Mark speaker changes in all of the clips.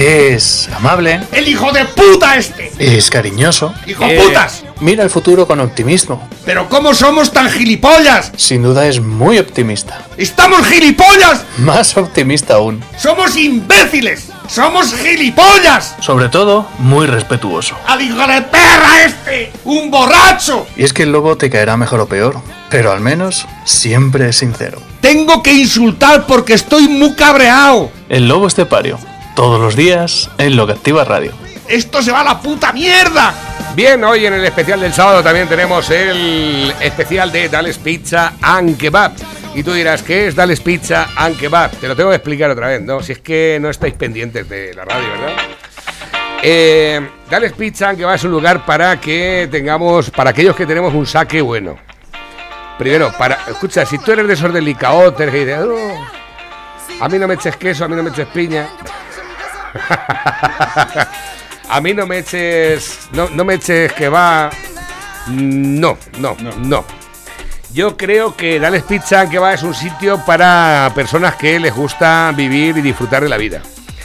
Speaker 1: Es amable.
Speaker 2: ¡El hijo de puta este!
Speaker 1: Es cariñoso.
Speaker 2: ¡Hijo putas!
Speaker 1: Mira el futuro con optimismo.
Speaker 2: ¿Pero cómo somos tan gilipollas?
Speaker 1: Sin duda es muy optimista.
Speaker 2: ¡Estamos gilipollas!
Speaker 1: Más optimista aún.
Speaker 2: ¡Somos imbéciles! ¡Somos gilipollas!
Speaker 1: Sobre todo, muy respetuoso.
Speaker 2: ¡Al hijo de perra este! ¡Un borracho!
Speaker 1: Y es que el lobo te caerá mejor o peor, pero al menos siempre es sincero.
Speaker 2: Tengo que insultar porque estoy muy cabreado.
Speaker 1: El lobo estepario. Todos los días en Lo que Activa Radio.
Speaker 2: ¡Esto se va a la puta mierda!
Speaker 3: Bien, hoy en el especial del sábado también tenemos el especial de Dales Pizza and Kebab. Y tú dirás, ¿qué es Dales Pizza and Kebab? Te lo tengo que explicar otra vez, ¿no? Si es que no estáis pendientes de la radio, ¿verdad? Dales Pizza and Kebab es un lugar para que tengamos, para aquellos que tenemos un saque bueno. Primero, escucha, si tú eres de esos delicaotes que dices, a mí no me eches queso, a mí no me eches piña. A mí no me eches kebab. No. Yo creo que Dales Pizza and Kebab es un sitio para personas que les gusta vivir y disfrutar de la vida.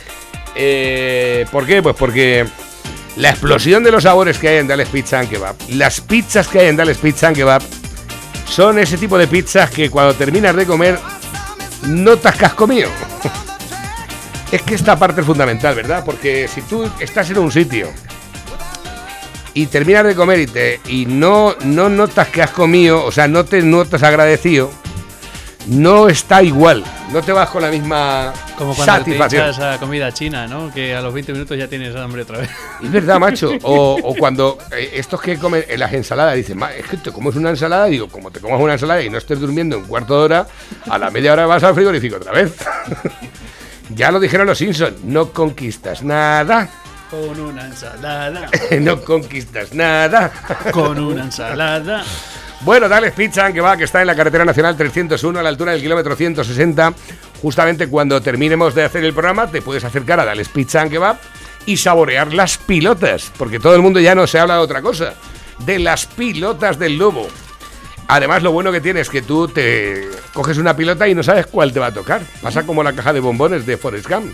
Speaker 3: ¿Por qué? Pues porque la explosión de los sabores que hay en Dales Pizza and Kebab, las pizzas que hay en Dales Pizza and Kebab, son ese tipo de pizzas que cuando terminas de comer notas que has comido. Es que esta parte es fundamental, ¿verdad? Porque si tú estás en un sitio y terminas de comer y no notas que has comido, o sea, no te notas agradecido, no está igual, no te vas con la misma
Speaker 4: como cuando
Speaker 3: satisfacción.
Speaker 4: te echas a comida china, ¿no? Que a los 20 minutos ya tienes hambre otra vez.
Speaker 3: Es verdad, macho. O cuando estos que comen en las ensaladas dicen, es que te comes una ensalada, digo, como te comas una ensalada y no estés durmiendo un cuarto de hora, a la media hora vas al frigorífico otra vez. Ya lo dijeron los Simpsons, no conquistas nada.
Speaker 4: Con una ensalada.
Speaker 3: No conquistas nada.
Speaker 4: Con una ensalada.
Speaker 3: Bueno, Dales Pizza and Kebab, que está en la carretera nacional 301 a la altura del kilómetro 160. Justamente cuando terminemos de hacer el programa te puedes acercar a Dales Pizza and Kebab y saborear las pilotas, porque todo el mundo ya no se habla de otra cosa, de las pilotas del lobo. Además, lo bueno que tiene es que tú te coges una pilota y no sabes cuál te va a tocar. Pasa como la caja de bombones de Forrest Gump.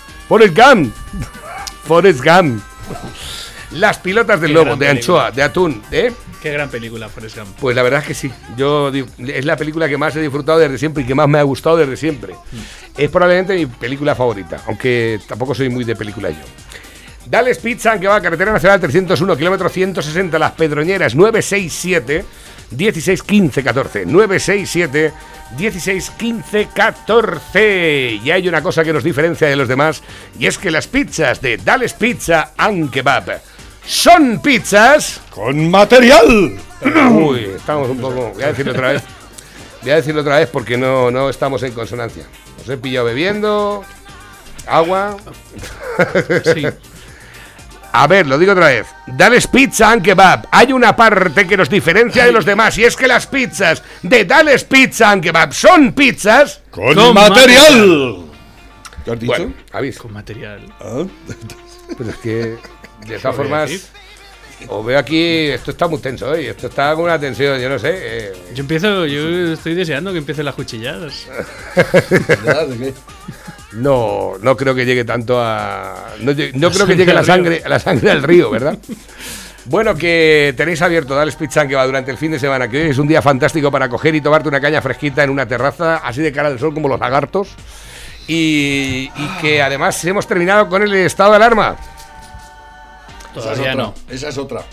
Speaker 3: Forrest Gump. Las pilotas del lobo, de anchoa, de atún,
Speaker 4: Qué gran película, Forrest Gump.
Speaker 3: Pues la verdad es que sí. Es la película que más he disfrutado desde siempre y que más me ha gustado desde siempre. Es probablemente mi película favorita, aunque tampoco soy muy de película yo. Dales Pizza and Kebab, carretera nacional 301, kilómetro 160, Las Pedroñeras, 967 16 15 14. 967 16 15 14. Y hay una cosa que nos diferencia de los demás, y es que las pizzas de Dales Pizza and Kebab son pizzas
Speaker 2: ¡con material!
Speaker 3: Uy, estamos un poco... Voy a decirlo otra vez porque no estamos en consonancia. Os he pillado bebiendo agua.
Speaker 4: Sí.
Speaker 3: A ver, lo digo otra vez. Dales Pizza and Kebab. Hay una parte que nos diferencia de los demás, y es que las pizzas de Dales Pizza and Kebab son pizzas
Speaker 2: ¡con material! ¿Qué has dicho?
Speaker 3: Bueno, aviso.
Speaker 4: Con material.
Speaker 2: ¿Ah?
Speaker 3: Pero es que, de todas formas, os veo aquí, esto está muy tenso hoy, esto está con una tensión, yo no sé.
Speaker 4: Yo estoy deseando que empiecen las cuchilladas.
Speaker 2: ¿De qué?
Speaker 3: No creo que llegue tanto a... No creo que llegue la sangre al río, ¿verdad? Bueno, que tenéis abierto Dales Pizza and Kebab durante el fin de semana, que hoy es un día fantástico para coger y tomarte una caña fresquita en una terraza, así de cara al sol como los lagartos. Y que además hemos terminado con el estado de alarma.
Speaker 4: Todavía no.
Speaker 2: Esa es otra.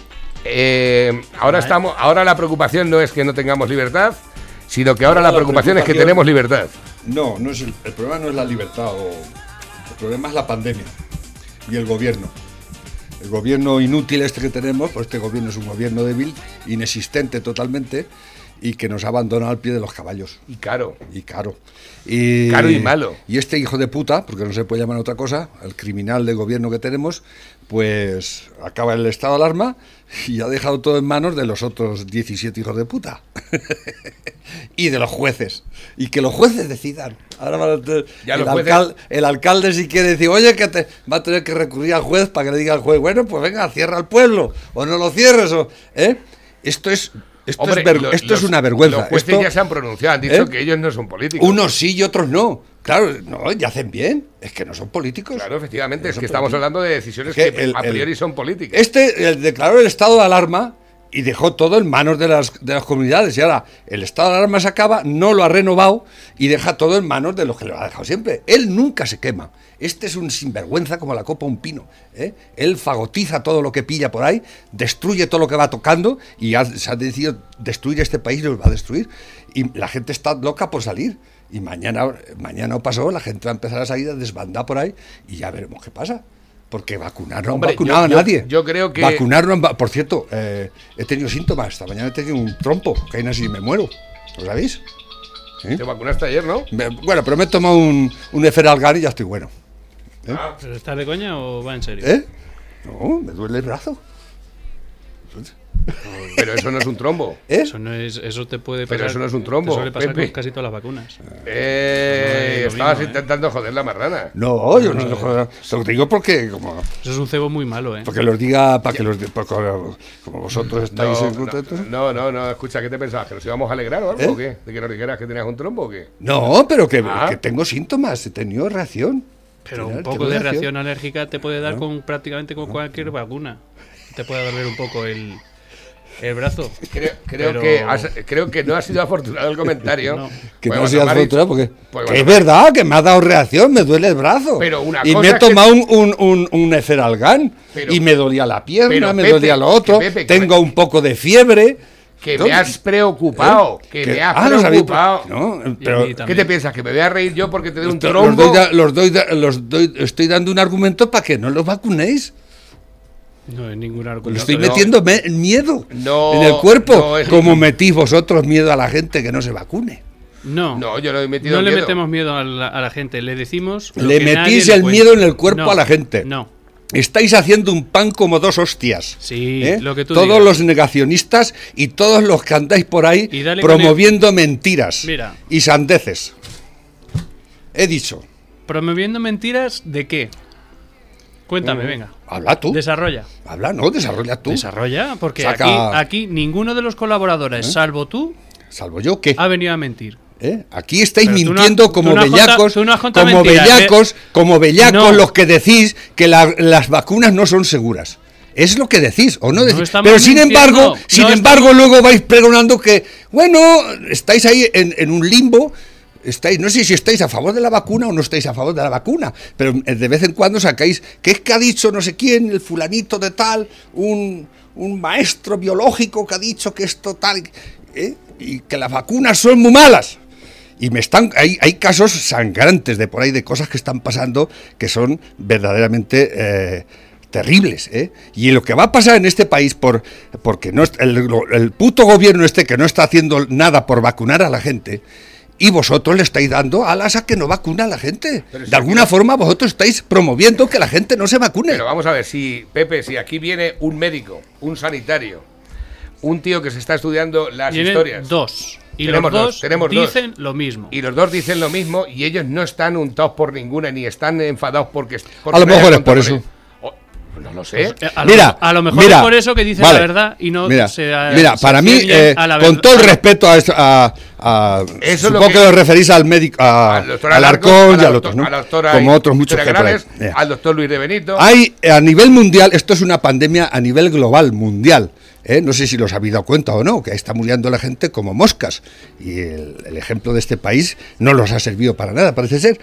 Speaker 3: Ahora la preocupación no es que no tengamos libertad, sino que ahora la preocupación es que tenemos libertad.
Speaker 2: No es el problema no es la libertad, el problema es la pandemia y el gobierno. El gobierno inútil este que tenemos, pues este gobierno es un gobierno débil, inexistente totalmente, y que nos ha abandonado al pie de los caballos.
Speaker 3: Y caro.
Speaker 2: Caro y
Speaker 3: malo.
Speaker 2: Y este hijo de puta, porque no se puede llamar otra cosa, el criminal de gobierno que tenemos, pues acaba el estado de alarma y ha dejado todo en manos de los otros 17 hijos de puta. Y de los jueces. Y que los jueces decidan. Ahora el alcalde si quiere decir, oye, que va a tener que recurrir al juez para que le diga al juez, bueno, pues venga, cierra el pueblo, o no lo cierres, Esto es una vergüenza.
Speaker 3: Los jueces ya se han pronunciado, han dicho que ellos no son políticos.
Speaker 2: Unos sí y otros no. Claro, no, y hacen bien. Es que no son políticos.
Speaker 3: Claro, efectivamente,
Speaker 2: No
Speaker 3: es
Speaker 2: son
Speaker 3: que estamos
Speaker 2: políticos.
Speaker 3: hablando de decisiones
Speaker 2: Es
Speaker 3: que
Speaker 2: que
Speaker 3: a priori son políticas.
Speaker 2: Declaró el estado de alarma y dejó todo en manos de las comunidades. Y ahora el estado de alarma se acaba, no lo ha renovado y deja todo en manos de los que lo ha dejado siempre. Él nunca se quema. Este es un sinvergüenza como la copa de un pino. Él fagotiza todo lo que pilla por ahí, destruye todo lo que va tocando y se ha decidido destruir este país y lo va a destruir. Y la gente está loca por salir. Y mañana o pasado la gente va a empezar a salir a desbandar por ahí y ya veremos qué pasa. Porque vacunar no han
Speaker 3: Hombre,
Speaker 2: vacunado a
Speaker 3: yo-
Speaker 2: nadie.
Speaker 3: yo creo que-
Speaker 2: Vacunar no han Por cierto, he tenido síntomas. Esta mañana he tenido un trompo, que ahí así me muero. ¿Lo sabéis? ¿Eh?
Speaker 3: Te vacunaste ayer, ¿no?
Speaker 2: Bueno, pero me he tomado un Eferalgan y ya estoy bueno.
Speaker 4: ¿Pero estás de coña o va en serio?
Speaker 2: ¿Eh? No, me duele el brazo.
Speaker 3: Pero eso no es un trombo.
Speaker 2: ¿Eh?
Speaker 4: Eso te puede pasar.
Speaker 3: Pero eso no es un trombo,
Speaker 4: Te suele pasar
Speaker 3: Pepe.
Speaker 4: con casi todas las vacunas. No es lo
Speaker 3: Estabas
Speaker 4: mismo,
Speaker 3: intentando joder la marrana.
Speaker 2: No, yo no se lo digo porque
Speaker 4: Eso es un cebo muy malo, ¿eh?
Speaker 2: porque los diga, para que como vosotros estáis
Speaker 3: No,
Speaker 2: en contentos.
Speaker 3: no, escucha, ¿qué te pensabas? ¿Que nos íbamos a alegrar o algo
Speaker 2: ¿Eh?
Speaker 3: o qué? ¿De que nos dijeras que tenías un trombo o qué?
Speaker 2: No, pero que
Speaker 3: Ah.
Speaker 2: tengo síntomas, he tenido reacción.
Speaker 4: Pero
Speaker 2: Tengo
Speaker 4: un poco de reacción alérgica te puede dar con prácticamente con cualquier vacuna. Te puede doler un poco el brazo.
Speaker 3: Creo que no ha sido afortunado el comentario.
Speaker 4: No.
Speaker 2: Que
Speaker 3: Bueno,
Speaker 2: no sea
Speaker 3: me ha dicho-
Speaker 2: afortunado porque
Speaker 3: pues
Speaker 2: que
Speaker 3: bueno,
Speaker 2: es verdad que me ha dado reacción, me duele el brazo.
Speaker 3: Pero una
Speaker 2: y
Speaker 3: cosa
Speaker 2: me he
Speaker 3: es que-
Speaker 2: tomado un Eferalgan
Speaker 3: Pero-
Speaker 2: y me dolía la pierna,
Speaker 3: pero,
Speaker 2: me
Speaker 3: Pepe,
Speaker 2: dolía lo otro,
Speaker 3: que Pepe, que
Speaker 2: tengo un poco de fiebre.
Speaker 3: Que
Speaker 2: ¿No?
Speaker 3: me has preocupado. Que me has
Speaker 2: no sabía,
Speaker 3: preocupado.
Speaker 2: no,
Speaker 4: Y
Speaker 2: pero
Speaker 4: a mí
Speaker 3: ¿Qué te piensas? ¿Que me voy a reír yo porque te doy un
Speaker 2: los
Speaker 3: trombo?
Speaker 2: estoy dando un argumento para que no los vacunéis.
Speaker 4: No es ningún
Speaker 2: Le
Speaker 4: argumento.
Speaker 2: estoy
Speaker 3: no.
Speaker 2: metiendo miedo
Speaker 3: No,
Speaker 2: en el cuerpo,
Speaker 3: no es
Speaker 2: como
Speaker 3: ningún-
Speaker 2: metís vosotros miedo a la gente que no se vacune.
Speaker 4: No.
Speaker 3: No, yo no he metido
Speaker 4: No le
Speaker 3: miedo.
Speaker 4: metemos miedo a la gente, le decimos. lo
Speaker 2: Le
Speaker 4: que nadie
Speaker 2: metís
Speaker 4: le
Speaker 2: el
Speaker 4: cuenta.
Speaker 2: miedo en el cuerpo
Speaker 4: No,
Speaker 2: a la gente.
Speaker 4: No.
Speaker 2: Estáis haciendo un pan como dos hostias.
Speaker 4: Sí,
Speaker 2: ¿eh?
Speaker 4: lo que tú
Speaker 2: Todos
Speaker 4: digas.
Speaker 2: los negacionistas y todos los que andáis por ahí
Speaker 4: Y dale
Speaker 2: promoviendo mentiras
Speaker 4: Mira.
Speaker 2: y sandeces. He dicho,
Speaker 4: ¿Promoviendo mentiras de qué? Cuéntame, venga.
Speaker 2: habla tú.
Speaker 4: Desarrolla.
Speaker 2: Habla, no, desarrolla tú.
Speaker 4: Desarrolla, porque
Speaker 2: Saca-
Speaker 4: aquí ninguno de los colaboradores, salvo tú,
Speaker 2: Salvo yo que.
Speaker 4: ha venido a mentir.
Speaker 2: Aquí estáis
Speaker 4: Pero tú no
Speaker 2: mintiendo
Speaker 4: has-
Speaker 2: como
Speaker 4: tú no has
Speaker 2: bellacos,
Speaker 4: contado- tú no has contado
Speaker 2: como
Speaker 4: mentiras,
Speaker 2: bellacos, como bellacos
Speaker 4: No.
Speaker 2: los que decís que las vacunas no son seguras. Es lo que decís o no
Speaker 4: No
Speaker 2: decís.
Speaker 4: estamos
Speaker 2: Pero
Speaker 4: mintiendo,
Speaker 2: sin
Speaker 4: no
Speaker 2: embargo, luego vais pregonando que, bueno, estáis ahí en un limbo. No sé si estáis a favor de la vacuna o no estáis a favor de la vacuna, pero de vez en cuando sacáis, ¿qué es que ha dicho no sé quién, el fulanito de tal, un maestro biológico que ha dicho que esto tal, y que las vacunas son muy malas? Y hay casos sangrantes de por ahí, de cosas que están pasando que son verdaderamente terribles, ¿eh? Y lo que va a pasar en este país porque no el puto gobierno que no está haciendo nada por vacunar a la gente, y vosotros le estáis dando alas a que no vacuna a la gente.
Speaker 3: Pero si
Speaker 2: De alguna forma vosotros estáis promoviendo que la gente no se vacune.
Speaker 3: Pero vamos a ver, si aquí viene un médico, un sanitario, un tío que se está estudiando las
Speaker 4: Tienen
Speaker 3: historias.
Speaker 4: dos. Y
Speaker 3: Tenemos
Speaker 4: los
Speaker 3: dos,
Speaker 4: dos
Speaker 3: tenemos dos.
Speaker 4: dicen lo mismo.
Speaker 3: Y los dos dicen lo mismo y ellos no están untados por ninguna, ni están enfadados porque
Speaker 2: A lo
Speaker 3: no hayan
Speaker 2: mejor es por
Speaker 3: contado
Speaker 2: eso.
Speaker 3: con ellos. No lo sé.
Speaker 4: A lo mejor es por eso que dicen
Speaker 2: vale.
Speaker 4: la verdad y no
Speaker 2: Mira,
Speaker 4: se
Speaker 2: para mí,
Speaker 4: ciñen a la
Speaker 2: con
Speaker 4: verdad.
Speaker 2: todo el respeto a esto,
Speaker 3: Eso es
Speaker 2: supongo
Speaker 3: lo
Speaker 2: que os referís al médico,
Speaker 3: Al doctor
Speaker 2: al
Speaker 3: Alarcón,
Speaker 2: Arcón y
Speaker 3: a
Speaker 2: al
Speaker 3: la
Speaker 2: otro, ¿no?
Speaker 3: a la doctora
Speaker 2: Como otros muchos
Speaker 3: Victoria
Speaker 2: que por ahí.
Speaker 3: Canales, al doctor Luis de Benito.
Speaker 2: Hay, a nivel mundial, esto es una pandemia a nivel global, mundial. No sé si los habéis dado cuenta o no, que está muriendo la gente como moscas. Y el ejemplo de este país no los ha servido para nada, parece ser.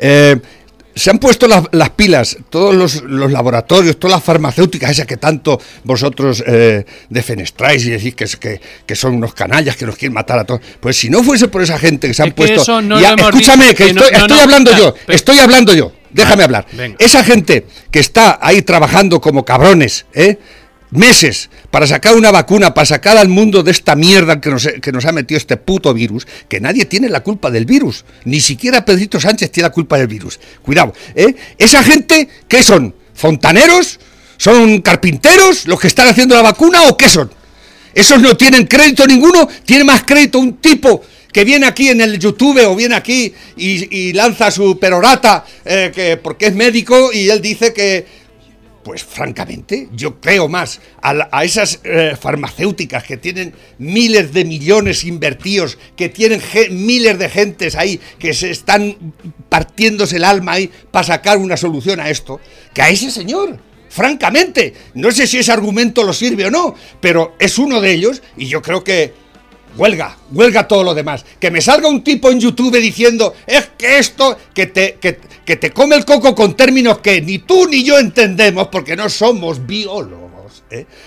Speaker 2: Se han puesto las pilas, todos los laboratorios, todas las farmacéuticas, esas que tanto vosotros defenestráis y decís que son unos canallas que nos quieren matar a todos. Pues si no fuese por esa gente que se han
Speaker 4: Es que
Speaker 2: puesto...
Speaker 4: eso no
Speaker 2: Ya,
Speaker 4: lo hemos
Speaker 2: escúchame,
Speaker 4: dicho,
Speaker 2: que
Speaker 4: que no-
Speaker 2: estoy hablando yo,
Speaker 4: pero-
Speaker 2: estoy hablando yo. Déjame hablar.
Speaker 4: venga.
Speaker 2: Esa gente que está ahí trabajando como cabrones, meses para sacar una vacuna, para sacar al mundo de esta mierda que nos ha metido este puto virus, que nadie tiene la culpa del virus, ni siquiera Pedrito Sánchez tiene la culpa del virus. Cuidado, esa gente, ¿qué son? ¿Fontaneros? ¿Son carpinteros los que están haciendo la vacuna o qué son? Esos no tienen crédito ninguno, tiene más crédito un tipo que viene aquí en el YouTube o viene aquí y lanza su perorata porque es médico y él dice que Pues francamente, yo creo más a esas farmacéuticas que tienen miles de millones invertidos, que tienen miles de gentes ahí que se están partiéndose el alma ahí para sacar una solución a esto, que a ese señor. Francamente, no sé si ese argumento lo sirve o no, pero es uno de ellos y yo creo que huelga todo lo demás. Que me salga un tipo en YouTube diciendo, es que esto, que te come el coco con términos que ni tú ni yo entendemos porque no somos biólogos,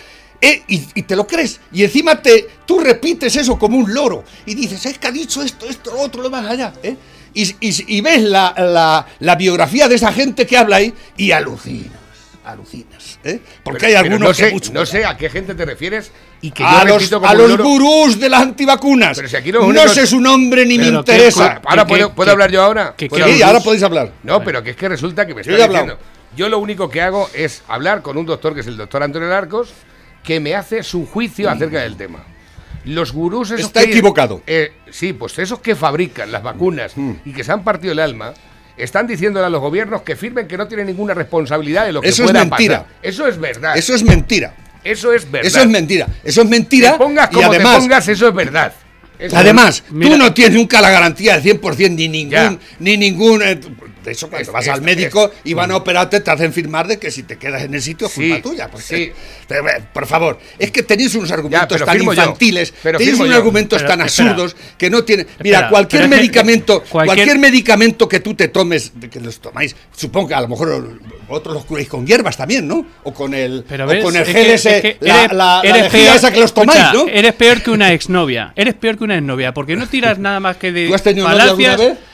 Speaker 2: y te lo crees, y encima tú repites eso como un loro, y dices, es que ha dicho esto, lo otro, lo más allá, y ves la biografía de esa gente que habla ahí, y alucinas, porque hay algunos
Speaker 3: no sé a qué gente te refieres y que
Speaker 2: a
Speaker 3: yo
Speaker 2: los gurús de las antivacunas.
Speaker 3: Pero si aquí
Speaker 2: no sé su nombre ni me interesa.
Speaker 3: Ahora puedo hablar yo ahora.
Speaker 2: Sí, ahora podéis hablar.
Speaker 3: No, pero que es que resulta que me está diciendo. Yo lo único que hago es hablar con un doctor que es el doctor Antonio Larcos, que me hace su juicio acerca del tema. Los gurús esos
Speaker 2: está equivocado.
Speaker 3: Sí, pues esos que fabrican las vacunas y que se han partido el alma. Están diciéndole a los gobiernos que firmen que no tienen ninguna responsabilidad de lo que pueda pasar. Eso es verdad.
Speaker 2: Eso es mentira.
Speaker 3: Eso es verdad.
Speaker 2: Eso es mentira. Eso es mentira.
Speaker 3: Te pongas como
Speaker 2: y además,
Speaker 3: te pongas, eso es verdad.
Speaker 2: Además, tú no tienes nunca la garantía del 100% ni ningún de eso cuando vas al médico y van a operarte te hacen firmar de que si te quedas en el sitio es culpa tuya. Pero, por favor, es que tenéis unos argumentos tan infantiles, tenéis unos argumentos tan absurdos que no tienen. Mira, cualquier medicamento que tú te tomes, que los tomáis, supongo que a lo mejor otros los curáis con hierbas también, ¿no? O con el GLS, la lejía esa que los tomáis, ¿no?
Speaker 4: Eres peor que una exnovia. Porque no tiras nada más que de
Speaker 2: ¿Tú has tenido
Speaker 4: falacias.
Speaker 2: novia alguna vez?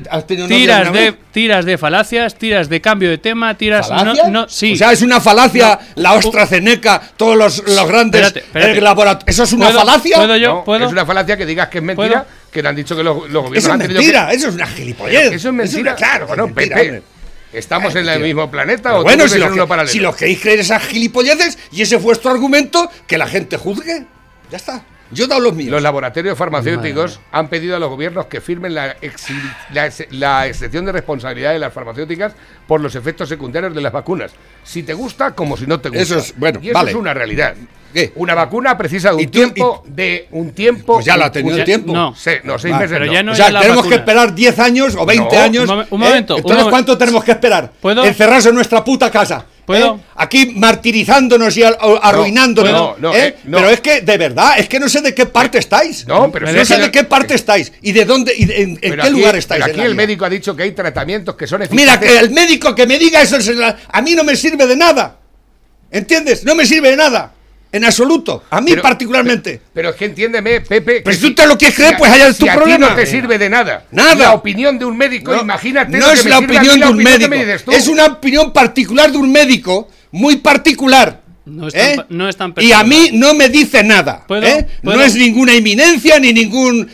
Speaker 4: Tiras de falacias, tiras de cambio de tema, tiras... sí.
Speaker 2: O sea, es una falacia la AstraZeneca, todos los grandes laboratorios. ¿Eso es una falacia?
Speaker 3: Es una falacia que digas que es mentira, que le han dicho que los gobiernos
Speaker 2: eso
Speaker 3: han tenido
Speaker 2: mentira, eso es una gilipollez.
Speaker 3: Eso es mentira.
Speaker 2: Claro,
Speaker 3: bueno,
Speaker 2: mentira,
Speaker 3: ¿estamos en el mismo planeta o
Speaker 2: bueno,
Speaker 3: si
Speaker 2: los queréis creer esas gilipolleces y ese es vuestro argumento, que la gente juzgue. Ya está. Yo he dado los míos.
Speaker 3: Los laboratorios farmacéuticos han pedido a los gobiernos que firmen la excepción de responsabilidad de las farmacéuticas por los efectos secundarios de las vacunas. Si te gusta, como si no te gusta.
Speaker 2: Eso es, bueno,
Speaker 3: y eso es una realidad.
Speaker 2: ¿Qué?
Speaker 3: Una vacuna precisa de un tiempo.
Speaker 2: Pues ya la ha tenido el tiempo.
Speaker 4: No,
Speaker 3: 6 meses.
Speaker 4: Pero ya no
Speaker 2: o sea,
Speaker 4: la
Speaker 2: tenemos
Speaker 4: vacuna.
Speaker 2: que esperar 10 años o 20 años.
Speaker 4: Un momento.
Speaker 2: Entonces, ¿cuánto tenemos que esperar?
Speaker 4: ¿Puedo?
Speaker 2: Encerrarse en nuestra puta casa.
Speaker 4: ¿Puedo?
Speaker 2: Aquí martirizándonos y arruinándonos. Pero es que, de verdad, es que no sé de qué parte estáis.
Speaker 3: No, pero
Speaker 2: no sé de qué parte estáis. Y de dónde, y en qué lugar estáis.
Speaker 3: Pero aquí el médico ha dicho que hay tratamientos que son eficaces.
Speaker 2: Mira, que el médico que me diga eso, a mí no me sirve de nada. ¿Entiendes? No me sirve de nada. En absoluto. A mí particularmente.
Speaker 3: Pero es que entiéndeme, Pepe.
Speaker 2: Pues si tú te lo quieres creer, pues allá es tu problema.
Speaker 3: A ti no te sirve de nada.
Speaker 2: Nada.
Speaker 3: La opinión de un médico, imagínate.
Speaker 2: No es la opinión de un médico. Es una opinión particular de un médico, muy particular.
Speaker 4: No es tan
Speaker 2: y a mí no me dice nada.
Speaker 4: ¿Puedo?
Speaker 2: No es ninguna eminencia ni ningún...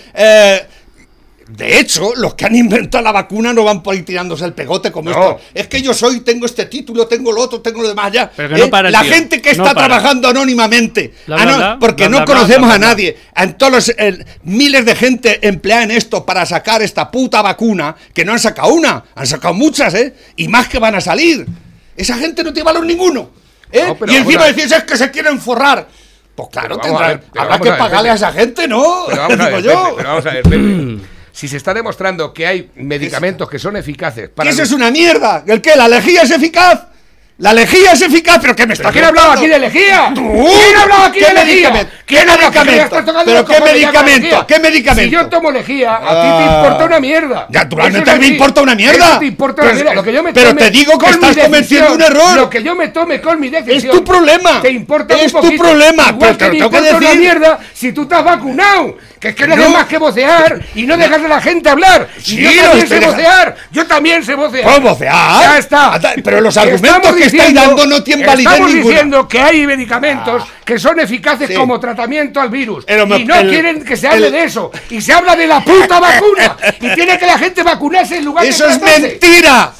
Speaker 2: De hecho, los que han inventado la vacuna no van por ahí tirándose el pegote como esto. Es que yo tengo este título, tengo lo otro, tengo lo demás ya.
Speaker 4: Pero que no para
Speaker 2: la gente que está trabajando anónimamente, porque no
Speaker 4: bla,
Speaker 2: conocemos
Speaker 3: bla,
Speaker 2: a nadie, en todos los miles de gente empleada en esto para sacar esta puta vacuna, que no han sacado una, han sacado muchas, y más que van a salir. Esa gente no tiene valor ninguno. Y encima decís, es que se quieren forrar. Pues claro, habrá que pagarle a esa gente, ¿no?
Speaker 3: Pero vamos a ver, Pepe. Si se está demostrando que hay medicamentos que son eficaces para...
Speaker 2: ¿Eso es una mierda? ¿El qué? ¿La lejía es eficaz? La lejía es eficaz, pero ¿qué me está
Speaker 3: ¿Quién ha hablado aquí de lejía? ¿Quién ha hablado aquí de lejía?
Speaker 2: ¿Qué medicamento? ¿Pero qué medicamento? ¿Qué medicamento?
Speaker 3: Si yo tomo lejía, a ti te importa una mierda.
Speaker 2: Naturalmente me importa una mierda.
Speaker 3: Te importa una mierda. Lo que yo me
Speaker 2: pero te digo que estás cometiendo un error.
Speaker 3: Lo que yo me tome con mi decisión.
Speaker 2: Es tu problema.
Speaker 3: Te importa un poquito.
Speaker 2: Es tu problema.
Speaker 3: Igual que me importa una mierda si tú te has vacunado. Que es que no haces más que vocear y no dejas a la gente hablar. Y yo también sé vocear. Yo también sé vocear.
Speaker 2: ¿Cómo vocear?
Speaker 3: Ya está.
Speaker 2: Pero los argumentos que estáis dando no tienen validez ninguna.
Speaker 3: Estamos diciendo que hay medicamentos que son eficaces como tratamiento al virus. Y no quieren que se hable de eso. Y se habla de la puta vacuna. Y tiene que la gente vacunarse en lugar de...
Speaker 2: ¡Eso es mentira!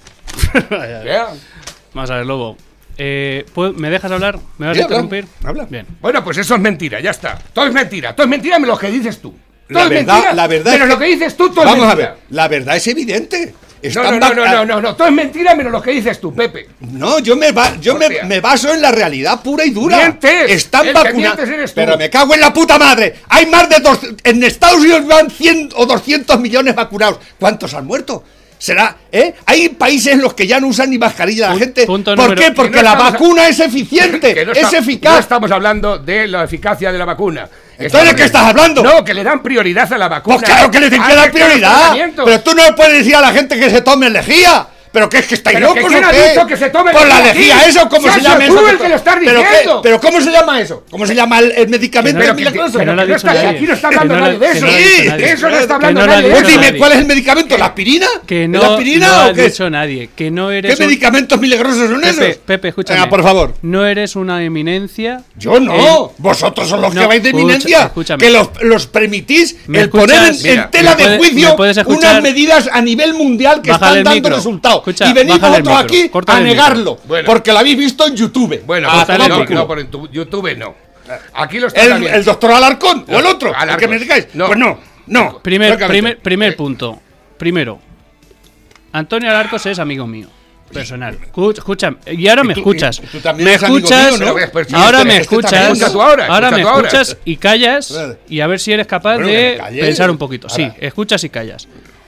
Speaker 4: Vamos a ver, Lobo. ¿Me dejas hablar? ¿Me vas a interrumpir?
Speaker 2: Habla.
Speaker 4: Bien.
Speaker 3: Bueno, pues eso es mentira, ya está. Todo es mentira lo que dices tú. Todo
Speaker 2: La verdad,
Speaker 3: mentira, pero
Speaker 2: es
Speaker 3: lo que dices tú, todo
Speaker 2: vamos
Speaker 3: es mentira.
Speaker 2: A ver, la verdad es evidente.
Speaker 3: No, todo es mentira menos lo que dices tú, Pepe.
Speaker 2: No, yo me baso en la realidad pura y dura.
Speaker 3: ¡Mientes!
Speaker 2: Están
Speaker 3: El que
Speaker 2: vacunados.
Speaker 3: mientes eres tú.
Speaker 2: Pero me cago en la puta madre. Hay más de en Estados Unidos van 100 o 200 millones vacunados. ¿Cuántos han muerto? ¿Será? Hay países en los que ya no usan ni mascarilla la gente. ¿Por qué? Porque
Speaker 3: no
Speaker 2: la
Speaker 3: estamos
Speaker 2: vacuna es eficiente, es eficaz.
Speaker 3: No estamos hablando de la eficacia de la vacuna.
Speaker 2: ¿Entonces de qué estás hablando?
Speaker 3: No, que le dan prioridad a la vacuna.
Speaker 2: Pues claro que le tienen que dar prioridad. Pero tú no puedes decir a la gente que se tome lejía. ¿Pero qué es que estáis locos o
Speaker 3: ¿quién ha
Speaker 2: qué?
Speaker 3: dicho que se tome
Speaker 2: ¿Con la lejía eso? ¿Cómo se llama eso?
Speaker 3: Tú el que lo estás diciendo.
Speaker 2: ¿Pero cómo se llama eso? ¿Cómo se llama el medicamento milagroso?
Speaker 4: Que no lo ha dicho nadie.
Speaker 3: Aquí no está hablando nadie de eso. Eso no está hablando
Speaker 4: Que no lo ha
Speaker 3: nadie de
Speaker 4: dicho
Speaker 3: eso.
Speaker 2: Pues dime,
Speaker 4: nadie.
Speaker 2: ¿cuál es el medicamento? ¿La aspirina?
Speaker 4: Que
Speaker 2: ¿La
Speaker 4: no
Speaker 2: aspirina
Speaker 4: lo
Speaker 2: o
Speaker 4: ha
Speaker 2: qué?
Speaker 4: dicho nadie. Que no eres
Speaker 2: ¿Qué medicamentos milagrosos son esos?
Speaker 4: Pepe, escúchame.
Speaker 2: Venga, por favor.
Speaker 4: No eres una eminencia.
Speaker 2: Yo no. Vosotros son los que vais de eminencia.
Speaker 4: Escúchame.
Speaker 2: Que los permitís
Speaker 4: ¿Me
Speaker 2: el poner
Speaker 4: escuchas?
Speaker 2: en tela de
Speaker 4: ¿Me
Speaker 2: juicio
Speaker 4: puedes escuchar?
Speaker 2: unas medidas a nivel mundial que
Speaker 4: Bájale
Speaker 2: están
Speaker 4: el
Speaker 2: dando
Speaker 4: micro.
Speaker 2: resultados.
Speaker 4: Escucha,
Speaker 2: Y venís
Speaker 4: bájale el
Speaker 2: vosotros
Speaker 4: micro.
Speaker 2: aquí
Speaker 4: Córtale
Speaker 2: a
Speaker 4: el micro.
Speaker 2: negarlo.
Speaker 3: Bueno.
Speaker 2: Porque lo habéis visto en YouTube.
Speaker 3: Bueno,
Speaker 4: Córtale el
Speaker 3: no,
Speaker 4: micro.
Speaker 3: por YouTube no. Aquí lo está también.
Speaker 2: El doctor Alarcón o el otro.
Speaker 3: Alarcón.
Speaker 2: ¿El que me digáis?
Speaker 3: No.
Speaker 2: Pues no.
Speaker 4: Primer punto. Primero, Antonio Alarcos es amigo mío. Personal. Escucha, y ahora me escuchas.
Speaker 2: tú también
Speaker 4: Me
Speaker 2: eres amigo
Speaker 4: escuchas.
Speaker 2: mío, ¿no?
Speaker 3: Pero sí,
Speaker 4: Ahora me
Speaker 2: este también.
Speaker 4: escuchas.
Speaker 3: Escucha tú ahora,
Speaker 4: Ahora me
Speaker 3: escucha tú ahora.
Speaker 4: escuchas y callas.
Speaker 2: Vale.
Speaker 4: Y a ver si eres capaz
Speaker 2: Bueno, que
Speaker 4: de
Speaker 2: me calle.
Speaker 4: pensar un poquito. Sí,
Speaker 2: Ahora.
Speaker 4: escuchas y callas.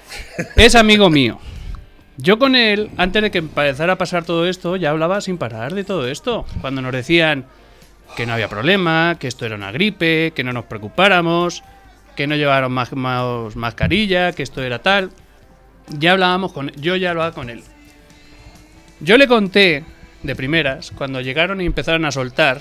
Speaker 4: Es amigo mío. Yo con él, antes de que empezara a pasar todo esto, ya hablaba sin parar de todo esto. Cuando nos decían que no había problema, que esto era una gripe, que no nos preocupáramos, que no llevaron más mascarilla, que esto era tal. Ya hablábamos con él. Yo ya hablaba con él. Yo le conté de primeras, cuando llegaron y empezaron a soltar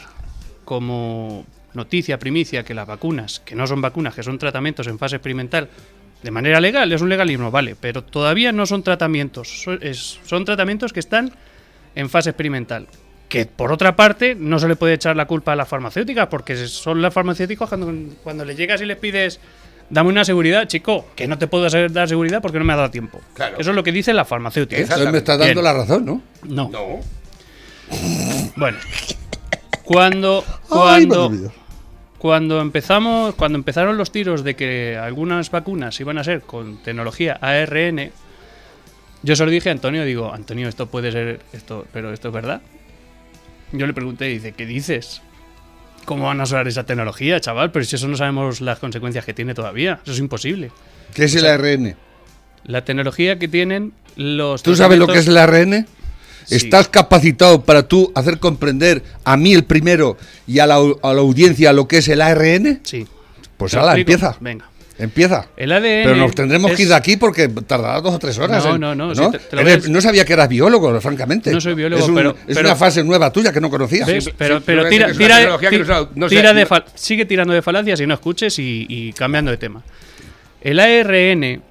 Speaker 4: como noticia, primicia, que las vacunas, que no son vacunas, que son tratamientos en fase experimental, de manera legal, es un legalismo, vale, pero todavía no son tratamientos, son tratamientos que están en fase experimental. Que por otra parte no se le puede echar la culpa a las farmacéuticas, porque son las farmacéuticas cuando le llegas y les pides, dame una seguridad, chico, que no te puedo dar seguridad porque no me ha dado tiempo.
Speaker 3: Claro.
Speaker 4: Eso es lo que dicen las farmacéuticas.
Speaker 2: Entonces me estás dando
Speaker 4: Bien.
Speaker 2: la razón, ¿no?
Speaker 4: No.
Speaker 3: No.
Speaker 4: Bueno, cuando empezaron los tiros de que algunas vacunas iban a ser con tecnología ARN, yo se lo dije a Antonio, digo, Antonio, esto puede ser esto, pero esto es verdad. Yo le pregunté, dice, ¿qué dices? ¿Cómo van a usar esa tecnología, chaval? Pero si eso no sabemos las consecuencias que tiene todavía, eso es imposible.
Speaker 2: ¿Qué es el ARN?
Speaker 4: La tecnología que tienen los...
Speaker 2: ¿Tú sabes lo que es el ARN?
Speaker 4: Sí.
Speaker 2: ¿Estás capacitado para tú hacer comprender a mí el primero y a la audiencia lo que es el ARN?
Speaker 4: Sí.
Speaker 2: Pues
Speaker 4: ¿Te lo
Speaker 2: ala,
Speaker 4: explico?
Speaker 2: empieza.
Speaker 4: Venga.
Speaker 2: Empieza.
Speaker 4: El ADN
Speaker 2: Pero nos tendremos que ir
Speaker 4: es-
Speaker 2: de aquí porque tardará 2 o 3 horas.
Speaker 4: No, sí, te lo voy a-
Speaker 2: No sabía que eras biólogo, francamente.
Speaker 4: No soy biólogo,
Speaker 2: es
Speaker 4: pero-
Speaker 2: una fase nueva tuya que no conocía.
Speaker 4: ¿Ves?
Speaker 3: Sí,
Speaker 4: Pero
Speaker 3: pero
Speaker 4: tira,
Speaker 3: es una
Speaker 4: tira,
Speaker 3: tecnología que no sé,
Speaker 4: tira de
Speaker 3: no-
Speaker 4: sigue tirando de falacias y no escuches y cambiando de tema. El ARN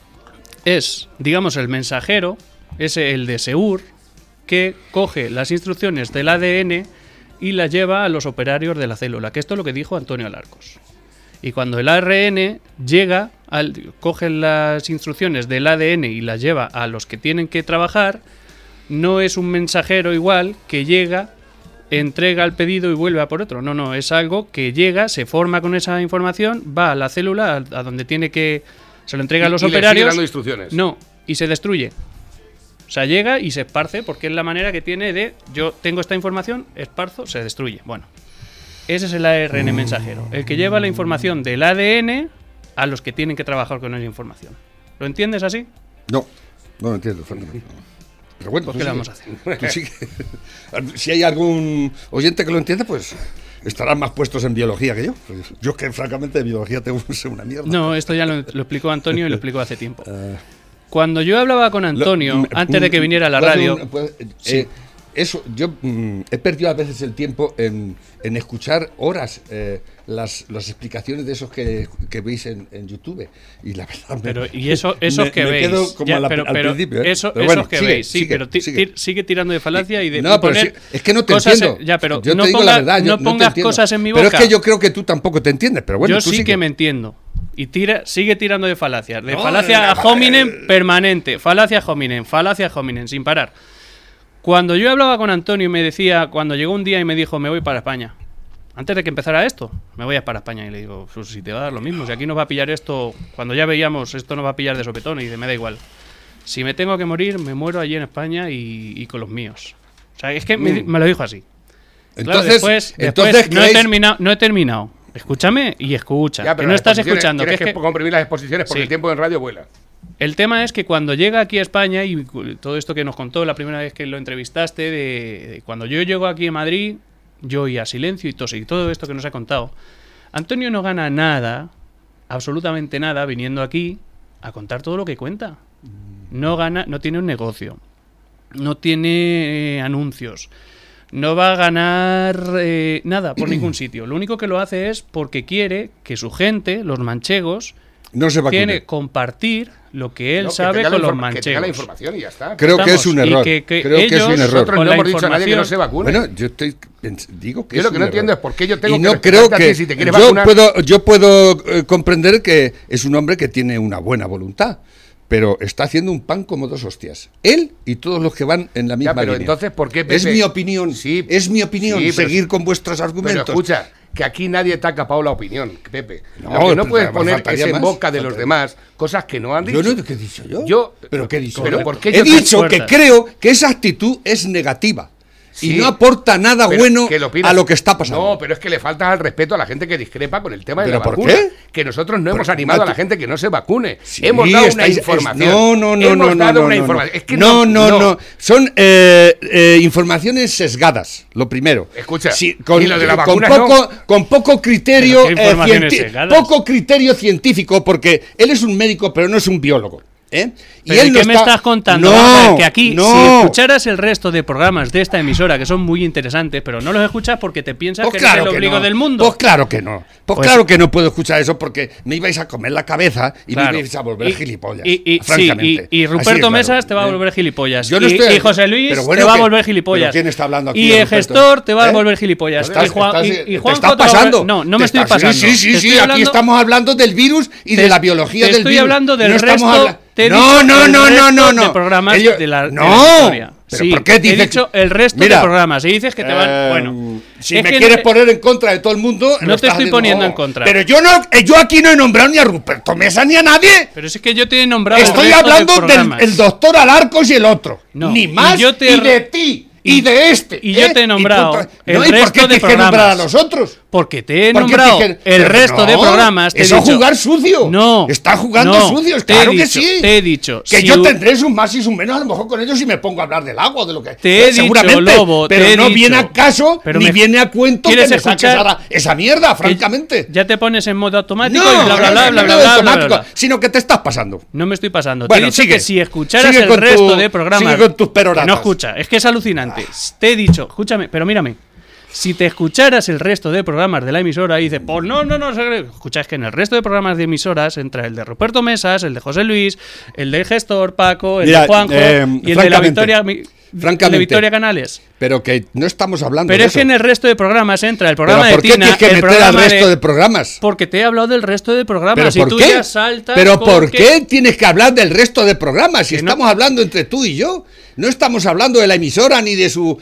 Speaker 4: es, digamos, el mensajero, es el de Seur, que coge las instrucciones del ADN y las lleva a los operarios de la célula, que esto es lo que dijo Antonio Alarcos. Y cuando el ARN llega, coge las instrucciones del ADN y las lleva a los que tienen que trabajar, no es un mensajero igual que llega, entrega el pedido y vuelve a por otro. No, es algo que llega, se forma con esa información, va a la célula, a donde tiene que... Se lo entrega a los
Speaker 3: Y le sigue
Speaker 4: operarios.
Speaker 3: dando instrucciones.
Speaker 4: No, y se destruye. O sea, llega y se esparce porque es la manera que tiene de... Yo tengo esta información, esparzo, se destruye. Bueno, ese es el ARN mensajero, el que lleva la información del ADN a los que tienen que trabajar con esa información. ¿Lo entiendes así?
Speaker 2: No lo entiendo, Fernando. Pero bueno,
Speaker 4: Pues
Speaker 2: tú
Speaker 4: ¿qué le
Speaker 2: sigue.
Speaker 4: vamos a hacer?
Speaker 2: Tú sigue. Si hay algún oyente que lo entienda, pues estarán más puestos en biología que yo. Pues yo que francamente de biología tengo una mierda.
Speaker 4: No, esto ya lo explicó Antonio y lo explicó hace tiempo. Cuando yo hablaba con Antonio, antes de que viniera a la radio... Sí.
Speaker 2: Eso, yo he perdido a veces el tiempo en escuchar horas las explicaciones de esos que veis en YouTube. Y la verdad,
Speaker 4: Pero, y esos que
Speaker 2: me
Speaker 4: veis.
Speaker 2: quedo como
Speaker 4: Ya,
Speaker 2: al
Speaker 4: pero
Speaker 2: principio.
Speaker 4: Esos
Speaker 2: Pero
Speaker 4: que
Speaker 2: sigue,
Speaker 4: veis, sí,
Speaker 2: sigue,
Speaker 4: pero
Speaker 2: sigue.
Speaker 4: sigue tirando de falacia y de
Speaker 2: No, pero
Speaker 4: poner
Speaker 2: es que no te
Speaker 4: cosas
Speaker 2: entiendo.
Speaker 4: ya, pero
Speaker 2: yo
Speaker 4: no
Speaker 2: te digo
Speaker 4: pongas,
Speaker 2: la verdad, yo
Speaker 4: no
Speaker 2: te
Speaker 4: pongas
Speaker 2: entiendo.
Speaker 4: cosas en mi boca.
Speaker 2: Pero es que yo creo que tú tampoco te entiendes. Pero bueno,
Speaker 4: yo
Speaker 2: tú
Speaker 4: sí
Speaker 2: sigue.
Speaker 4: que me entiendo. Y sigue tirando de falacias. De
Speaker 2: No,
Speaker 4: falacia
Speaker 2: no,
Speaker 4: a hominem permanente. Falacia a hominem, sin parar. Cuando yo hablaba con Antonio y me decía, cuando llegó un día y me dijo, me voy para España. Antes de que empezara esto, me voy a para España. Y le digo, pues si te va a dar lo mismo, si aquí nos va a pillar esto, cuando ya veíamos, esto nos va a pillar de sopetón. Y dice, me da igual. si me tengo que morir, me muero allí en España y con los míos. O sea, es que me lo dijo así.
Speaker 2: Entonces,
Speaker 4: claro, después no he terminado. Escúchame y escucha.
Speaker 3: Ya, pero
Speaker 4: que no estás escuchando.
Speaker 3: Tienes
Speaker 4: que es
Speaker 3: que comprimir las exposiciones porque
Speaker 4: Sí.
Speaker 3: el tiempo en radio vuela.
Speaker 4: El tema es que cuando llega aquí a España, y todo esto que nos contó la primera vez que lo entrevistaste, de cuando yo llego aquí a Madrid, yo oía silencio y tos y todo esto que nos ha contado. Antonio no gana nada, absolutamente nada, viniendo aquí a contar todo lo que cuenta. No gana, no tiene un negocio, no tiene anuncios, no va a ganar nada por ningún sitio. Lo único que lo hace es porque quiere que su gente, los manchegos,
Speaker 2: No se vacune.
Speaker 4: quiere compartir lo que él
Speaker 3: No, que
Speaker 4: sabe
Speaker 3: tenga
Speaker 4: con
Speaker 3: la
Speaker 4: los
Speaker 3: que tenga la
Speaker 4: manchegos.
Speaker 3: información y ya está.
Speaker 2: Creo que es
Speaker 4: Estamos,
Speaker 2: un
Speaker 4: y
Speaker 2: error.
Speaker 4: que
Speaker 2: Creo que es
Speaker 4: ellos,
Speaker 2: un error.
Speaker 3: Nosotros
Speaker 4: con
Speaker 3: no
Speaker 4: la
Speaker 3: hemos dicho a nadie que no se
Speaker 4: información-
Speaker 3: vacune.
Speaker 2: Bueno, yo digo que
Speaker 3: Yo
Speaker 2: es
Speaker 3: lo que
Speaker 2: un
Speaker 3: no
Speaker 2: error.
Speaker 3: entiendo es por qué yo tengo
Speaker 2: y
Speaker 3: que
Speaker 2: no creo
Speaker 3: respetarte a
Speaker 2: que
Speaker 3: ti si te quieres
Speaker 2: yo
Speaker 3: vacunar.
Speaker 2: puedo comprender que es un hombre que tiene una buena voluntad, pero está haciendo un pan como dos hostias. Él y todos los que van en la misma
Speaker 3: pero
Speaker 2: línea.
Speaker 3: entonces, ¿por qué, Pepe?
Speaker 2: Es mi opinión.
Speaker 3: Sí,
Speaker 2: es mi opinión.
Speaker 3: sí, pero-
Speaker 2: seguir con vuestros
Speaker 3: Pero
Speaker 2: argumentos.
Speaker 3: escucha, que aquí nadie te ha capado la opinión, Pepe.
Speaker 2: No,
Speaker 3: Lo que no
Speaker 2: pero
Speaker 3: puedes
Speaker 2: además
Speaker 3: poner
Speaker 2: faltaría
Speaker 3: es en
Speaker 2: más,
Speaker 3: boca de los
Speaker 2: faltaría.
Speaker 3: demás cosas que no han dicho.
Speaker 2: Yo no, ¿qué he dicho yo?
Speaker 3: Yo-
Speaker 2: ¿Pero qué he dicho
Speaker 3: pero
Speaker 2: yo?
Speaker 3: ¿por qué
Speaker 2: He
Speaker 3: yo te
Speaker 2: dicho que
Speaker 4: fuerzas?
Speaker 2: creo que esa actitud es negativa.
Speaker 3: Sí,
Speaker 2: y no aporta nada
Speaker 3: pero
Speaker 2: bueno
Speaker 3: que lo opinas.
Speaker 2: a lo que está pasando.
Speaker 3: No, pero es que le faltas al respeto a la gente que discrepa con el tema de
Speaker 2: ¿Pero
Speaker 3: la
Speaker 2: por
Speaker 3: vacuna.
Speaker 2: qué?
Speaker 3: Que nosotros no hemos
Speaker 2: Porque,
Speaker 3: animado a la
Speaker 2: Mati-
Speaker 3: gente que no se vacune.
Speaker 2: Sí,
Speaker 3: Hemos dado una
Speaker 2: estáis-
Speaker 3: información.
Speaker 2: No.
Speaker 3: Hemos dado una información. Es que
Speaker 2: no. Son informaciones sesgadas, lo primero.
Speaker 3: Escucha,
Speaker 2: con,
Speaker 3: y lo de la
Speaker 2: con
Speaker 3: vacuna
Speaker 2: poco, con poco criterio
Speaker 4: ¿Pero qué informaciones sesgadas?
Speaker 2: poco criterio científico, porque él es un médico, pero no es un biólogo. ¿Eh?
Speaker 4: ¿Pero
Speaker 2: él
Speaker 4: qué
Speaker 2: no
Speaker 4: me
Speaker 2: está-
Speaker 4: estás contando?
Speaker 2: No,
Speaker 4: Vamos a ver, que aquí,
Speaker 2: no.
Speaker 4: si escucharas el resto de programas de esta emisora, que son muy interesantes, pero no los escuchas porque te piensas
Speaker 2: Pues
Speaker 4: que eres
Speaker 2: claro
Speaker 4: el
Speaker 2: que
Speaker 4: ombligo
Speaker 2: no.
Speaker 4: del mundo.
Speaker 2: Pues claro que no. Pues
Speaker 4: Pues-
Speaker 2: claro que no puedo escuchar eso porque me ibais a comer la cabeza y
Speaker 4: Claro.
Speaker 2: me ibais a volver
Speaker 4: Y-
Speaker 2: gilipollas.
Speaker 4: y
Speaker 2: francamente.
Speaker 4: y
Speaker 2: Así
Speaker 4: Ruperto
Speaker 2: de claro,
Speaker 4: Mesas te va a
Speaker 2: ¿eh?
Speaker 4: volver gilipollas.
Speaker 2: Yo no
Speaker 4: y,
Speaker 2: estoy-
Speaker 4: y José Luis
Speaker 2: pero bueno,
Speaker 4: te va a
Speaker 2: que-
Speaker 4: volver gilipollas.
Speaker 2: ¿pero quién está hablando aquí
Speaker 4: y
Speaker 2: de
Speaker 4: el
Speaker 2: Ruperto?
Speaker 4: gestor te va a
Speaker 2: ¿Eh?
Speaker 4: volver gilipollas.
Speaker 2: Estás-
Speaker 4: y Juan,
Speaker 2: estás-
Speaker 4: y
Speaker 2: te
Speaker 4: Juanjo
Speaker 2: estás
Speaker 4: te va a volver-
Speaker 2: pasando.
Speaker 4: No, no
Speaker 2: Te
Speaker 4: me estoy
Speaker 2: estás-
Speaker 4: pasando.
Speaker 2: Sí,
Speaker 4: Te
Speaker 2: aquí
Speaker 4: estoy hablando-
Speaker 2: estamos hablando del virus y de la biología
Speaker 4: te
Speaker 2: del
Speaker 4: estoy
Speaker 2: virus.
Speaker 4: hablando del
Speaker 2: No estamos
Speaker 4: resto.
Speaker 2: habla-
Speaker 4: Te he
Speaker 2: No,
Speaker 4: dicho
Speaker 2: no,
Speaker 4: el
Speaker 2: no,
Speaker 4: resto
Speaker 2: no, no.
Speaker 4: de programas
Speaker 2: Ellos-
Speaker 4: de la
Speaker 2: No.
Speaker 4: historia.
Speaker 2: ¿Pero
Speaker 4: Sí,
Speaker 2: por qué dices-
Speaker 4: he dicho el resto
Speaker 2: Mira,
Speaker 4: de programas. Y dices que te van. Bueno,
Speaker 2: si
Speaker 4: es
Speaker 2: me
Speaker 4: que
Speaker 2: quieres
Speaker 4: no te-
Speaker 2: poner en contra de todo el mundo,
Speaker 4: No
Speaker 2: lo
Speaker 4: te
Speaker 2: estás
Speaker 4: estoy
Speaker 2: haciendo.
Speaker 4: poniendo
Speaker 2: No.
Speaker 4: en contra.
Speaker 2: Pero yo aquí no he nombrado ni a Ruperto Mesa ni a nadie.
Speaker 4: Pero es que yo te he nombrado. el
Speaker 2: Estoy
Speaker 4: resto de
Speaker 2: hablando
Speaker 4: programas.
Speaker 2: del doctor Alarcos y el otro.
Speaker 4: No,
Speaker 2: Ni
Speaker 4: y
Speaker 2: más
Speaker 4: yo te-
Speaker 2: y de ti. Y de este.
Speaker 4: y yo te he nombrado
Speaker 2: punto.
Speaker 4: el
Speaker 2: No, ¿y por
Speaker 4: resto
Speaker 2: qué
Speaker 4: de
Speaker 2: tienes que nombrar a
Speaker 4: programas?
Speaker 2: los otros?
Speaker 4: Porque te he
Speaker 2: ¿Por qué
Speaker 4: nombrado
Speaker 2: tienes que-
Speaker 4: el
Speaker 2: Pero
Speaker 4: resto de
Speaker 2: no,
Speaker 4: programas. Te he
Speaker 2: eso es
Speaker 4: dicho-
Speaker 2: jugar sucio.
Speaker 4: No.
Speaker 2: Está jugando
Speaker 4: no,
Speaker 2: sucios,
Speaker 4: te he
Speaker 2: claro que
Speaker 4: dicho,
Speaker 2: sí.
Speaker 4: Te he dicho.
Speaker 2: Que
Speaker 4: si
Speaker 2: yo
Speaker 4: hu-
Speaker 2: tendré sus más y sus menos, a lo mejor con ellos si me pongo a hablar del agua o de lo que.
Speaker 4: Te he dicho,
Speaker 2: seguramente,
Speaker 4: Lobo,
Speaker 2: pero
Speaker 4: te he
Speaker 2: no
Speaker 4: dicho.
Speaker 2: viene a caso
Speaker 4: Pero
Speaker 2: ni
Speaker 4: me-
Speaker 2: viene a cuento que me
Speaker 4: ¿Quieres
Speaker 2: saques
Speaker 4: escuchar?
Speaker 2: ahora esa mierda, francamente.
Speaker 4: Ya te pones en modo automático
Speaker 2: No,
Speaker 4: y bla, bla, bla,
Speaker 2: no,
Speaker 4: bla,
Speaker 2: no,
Speaker 4: bla,
Speaker 2: no,
Speaker 4: bla, bla,
Speaker 2: automático,
Speaker 4: bla, bla.
Speaker 2: sino que te estás pasando.
Speaker 4: No me estoy pasando.
Speaker 2: Bueno,
Speaker 4: te he dicho
Speaker 2: sigue.
Speaker 4: que si escucharas
Speaker 2: Sigue
Speaker 4: el
Speaker 2: con
Speaker 4: resto
Speaker 2: tu-
Speaker 4: de programas.
Speaker 2: sigue con tus peroratas.
Speaker 4: Que no escucha. Es que es alucinante. Te he dicho, escúchame, pero mírame. Si te escucharas el resto de programas de la emisora y dices, pues no, escucháis que en el resto de programas de emisoras entra el de Ruperto Mesas, el de José Luis, el del gestor Paco, el
Speaker 2: Mira,
Speaker 4: de Juanjo y el de la
Speaker 2: francamente,
Speaker 4: Victoria,
Speaker 2: francamente.
Speaker 4: el de Victoria Canales.
Speaker 2: Pero que no estamos hablando
Speaker 4: Pero
Speaker 2: de
Speaker 4: es que
Speaker 2: eso.
Speaker 4: en el resto de programas entra el
Speaker 2: Pero
Speaker 4: programa de
Speaker 2: ¿por qué
Speaker 4: Tina,
Speaker 2: tienes que
Speaker 4: el
Speaker 2: meter al
Speaker 4: programa
Speaker 2: resto de programas?
Speaker 4: Porque te he hablado del resto de programas
Speaker 2: ¿Pero
Speaker 4: y
Speaker 2: por
Speaker 4: tú
Speaker 2: qué?
Speaker 4: ya saltas
Speaker 2: ¿Pero
Speaker 4: con
Speaker 2: por
Speaker 4: que-
Speaker 2: qué tienes que hablar del resto de programas si
Speaker 4: Que no-
Speaker 2: estamos hablando entre tú y yo? No estamos hablando de la emisora ni de su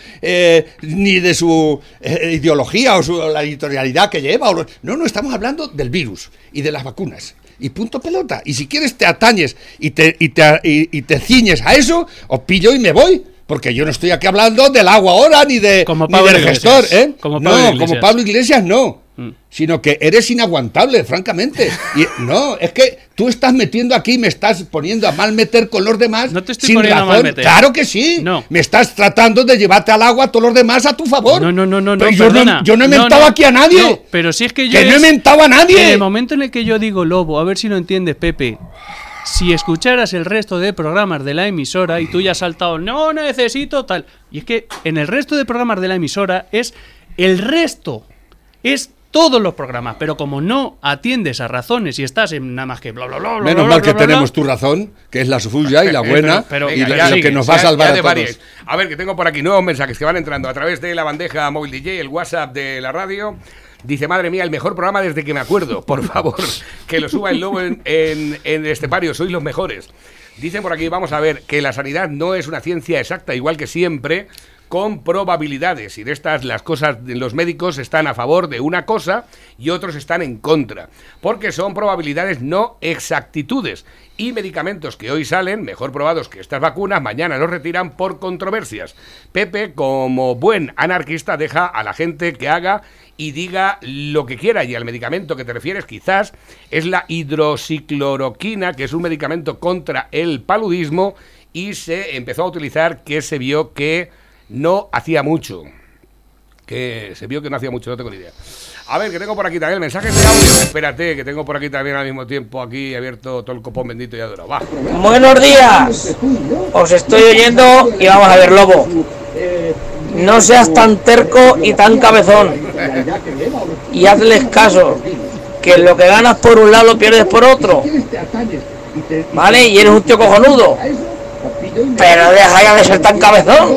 Speaker 2: ideología o la editorialidad que lleva. No, estamos hablando del virus y de las vacunas. Y punto pelota. Y si quieres te atañes y te ciñes a eso, os pillo y me voy. Porque yo no estoy aquí hablando del agua ahora ni
Speaker 4: Como
Speaker 2: ni
Speaker 4: Pablo
Speaker 2: del
Speaker 4: Iglesias.
Speaker 2: gestor, ¿eh?
Speaker 4: Como Pablo
Speaker 2: no,
Speaker 4: Iglesias.
Speaker 2: como Pablo Iglesias no. Sino que eres inaguantable, francamente. Y no, es que tú estás metiendo aquí, me estás poniendo a mal meter con los demás.
Speaker 4: No te estoy
Speaker 2: sin
Speaker 4: poniendo a
Speaker 2: razón.
Speaker 4: mal meter.
Speaker 2: Claro que sí.
Speaker 4: No.
Speaker 2: Me estás tratando de llevarte al agua a todos los demás a tu favor.
Speaker 4: No,
Speaker 2: Pero
Speaker 4: perdona.
Speaker 2: yo no he mentado aquí a nadie.
Speaker 4: No, pero si es que yo
Speaker 2: Que no he mentado a nadie.
Speaker 4: En el momento en el que yo digo Lobo, a ver si lo entiendes, Pepe. Si escucharas el resto de programas de la emisora y tú ya has saltado, no necesito tal. Y es que en el resto de programas de la emisora es el resto. Es todos los programas. Pero como no atiendes a razones y estás en nada más que bla, bla, bla, bla.
Speaker 2: Menos
Speaker 4: bla,
Speaker 2: mal
Speaker 4: bla,
Speaker 2: que
Speaker 4: bla,
Speaker 2: tenemos
Speaker 4: bla.
Speaker 2: tu razón, que es la suya y la buena,
Speaker 4: pero-
Speaker 2: y
Speaker 4: venga,
Speaker 2: lo
Speaker 4: ya
Speaker 2: que
Speaker 4: sigue,
Speaker 2: nos va a salvar
Speaker 3: ya
Speaker 2: a
Speaker 3: de
Speaker 2: todos.
Speaker 3: varias. A ver, que tengo por aquí nuevos mensajes que van entrando a través de la bandeja móvil DJ, el WhatsApp de la radio. Dice, madre mía, el mejor programa desde que me acuerdo. Por favor, que lo suba el Lobo en el estepario, sois los mejores. Dicen por aquí, vamos a ver, que la sanidad no es una ciencia exacta, igual que siempre, con probabilidades, y de estas las cosas, los médicos están a favor de una cosa y otros están en contra, porque son probabilidades, no exactitudes, y medicamentos que hoy salen mejor probados que estas vacunas, mañana los retiran por controversias. Pepe, como buen anarquista, deja a la gente que haga y diga lo que quiera, y al medicamento que te refieres quizás es la hidroxicloroquina, que es un medicamento contra el paludismo, y se empezó a utilizar, que se vio que no hacía mucho. No tengo ni idea. A ver, que tengo por aquí también mensajes de audio. Espérate, que tengo por aquí también al mismo tiempo aquí abierto todo el copón bendito y adorado. Va.
Speaker 5: Buenos días. Os estoy oyendo y vamos a ver, Lobo. No seas tan terco y tan cabezón. Y hazles caso. Que lo que ganas por un lado lo pierdes por otro. ¿Vale? Y eres un tío cojonudo. Pero deja ya de ser tan cabezón.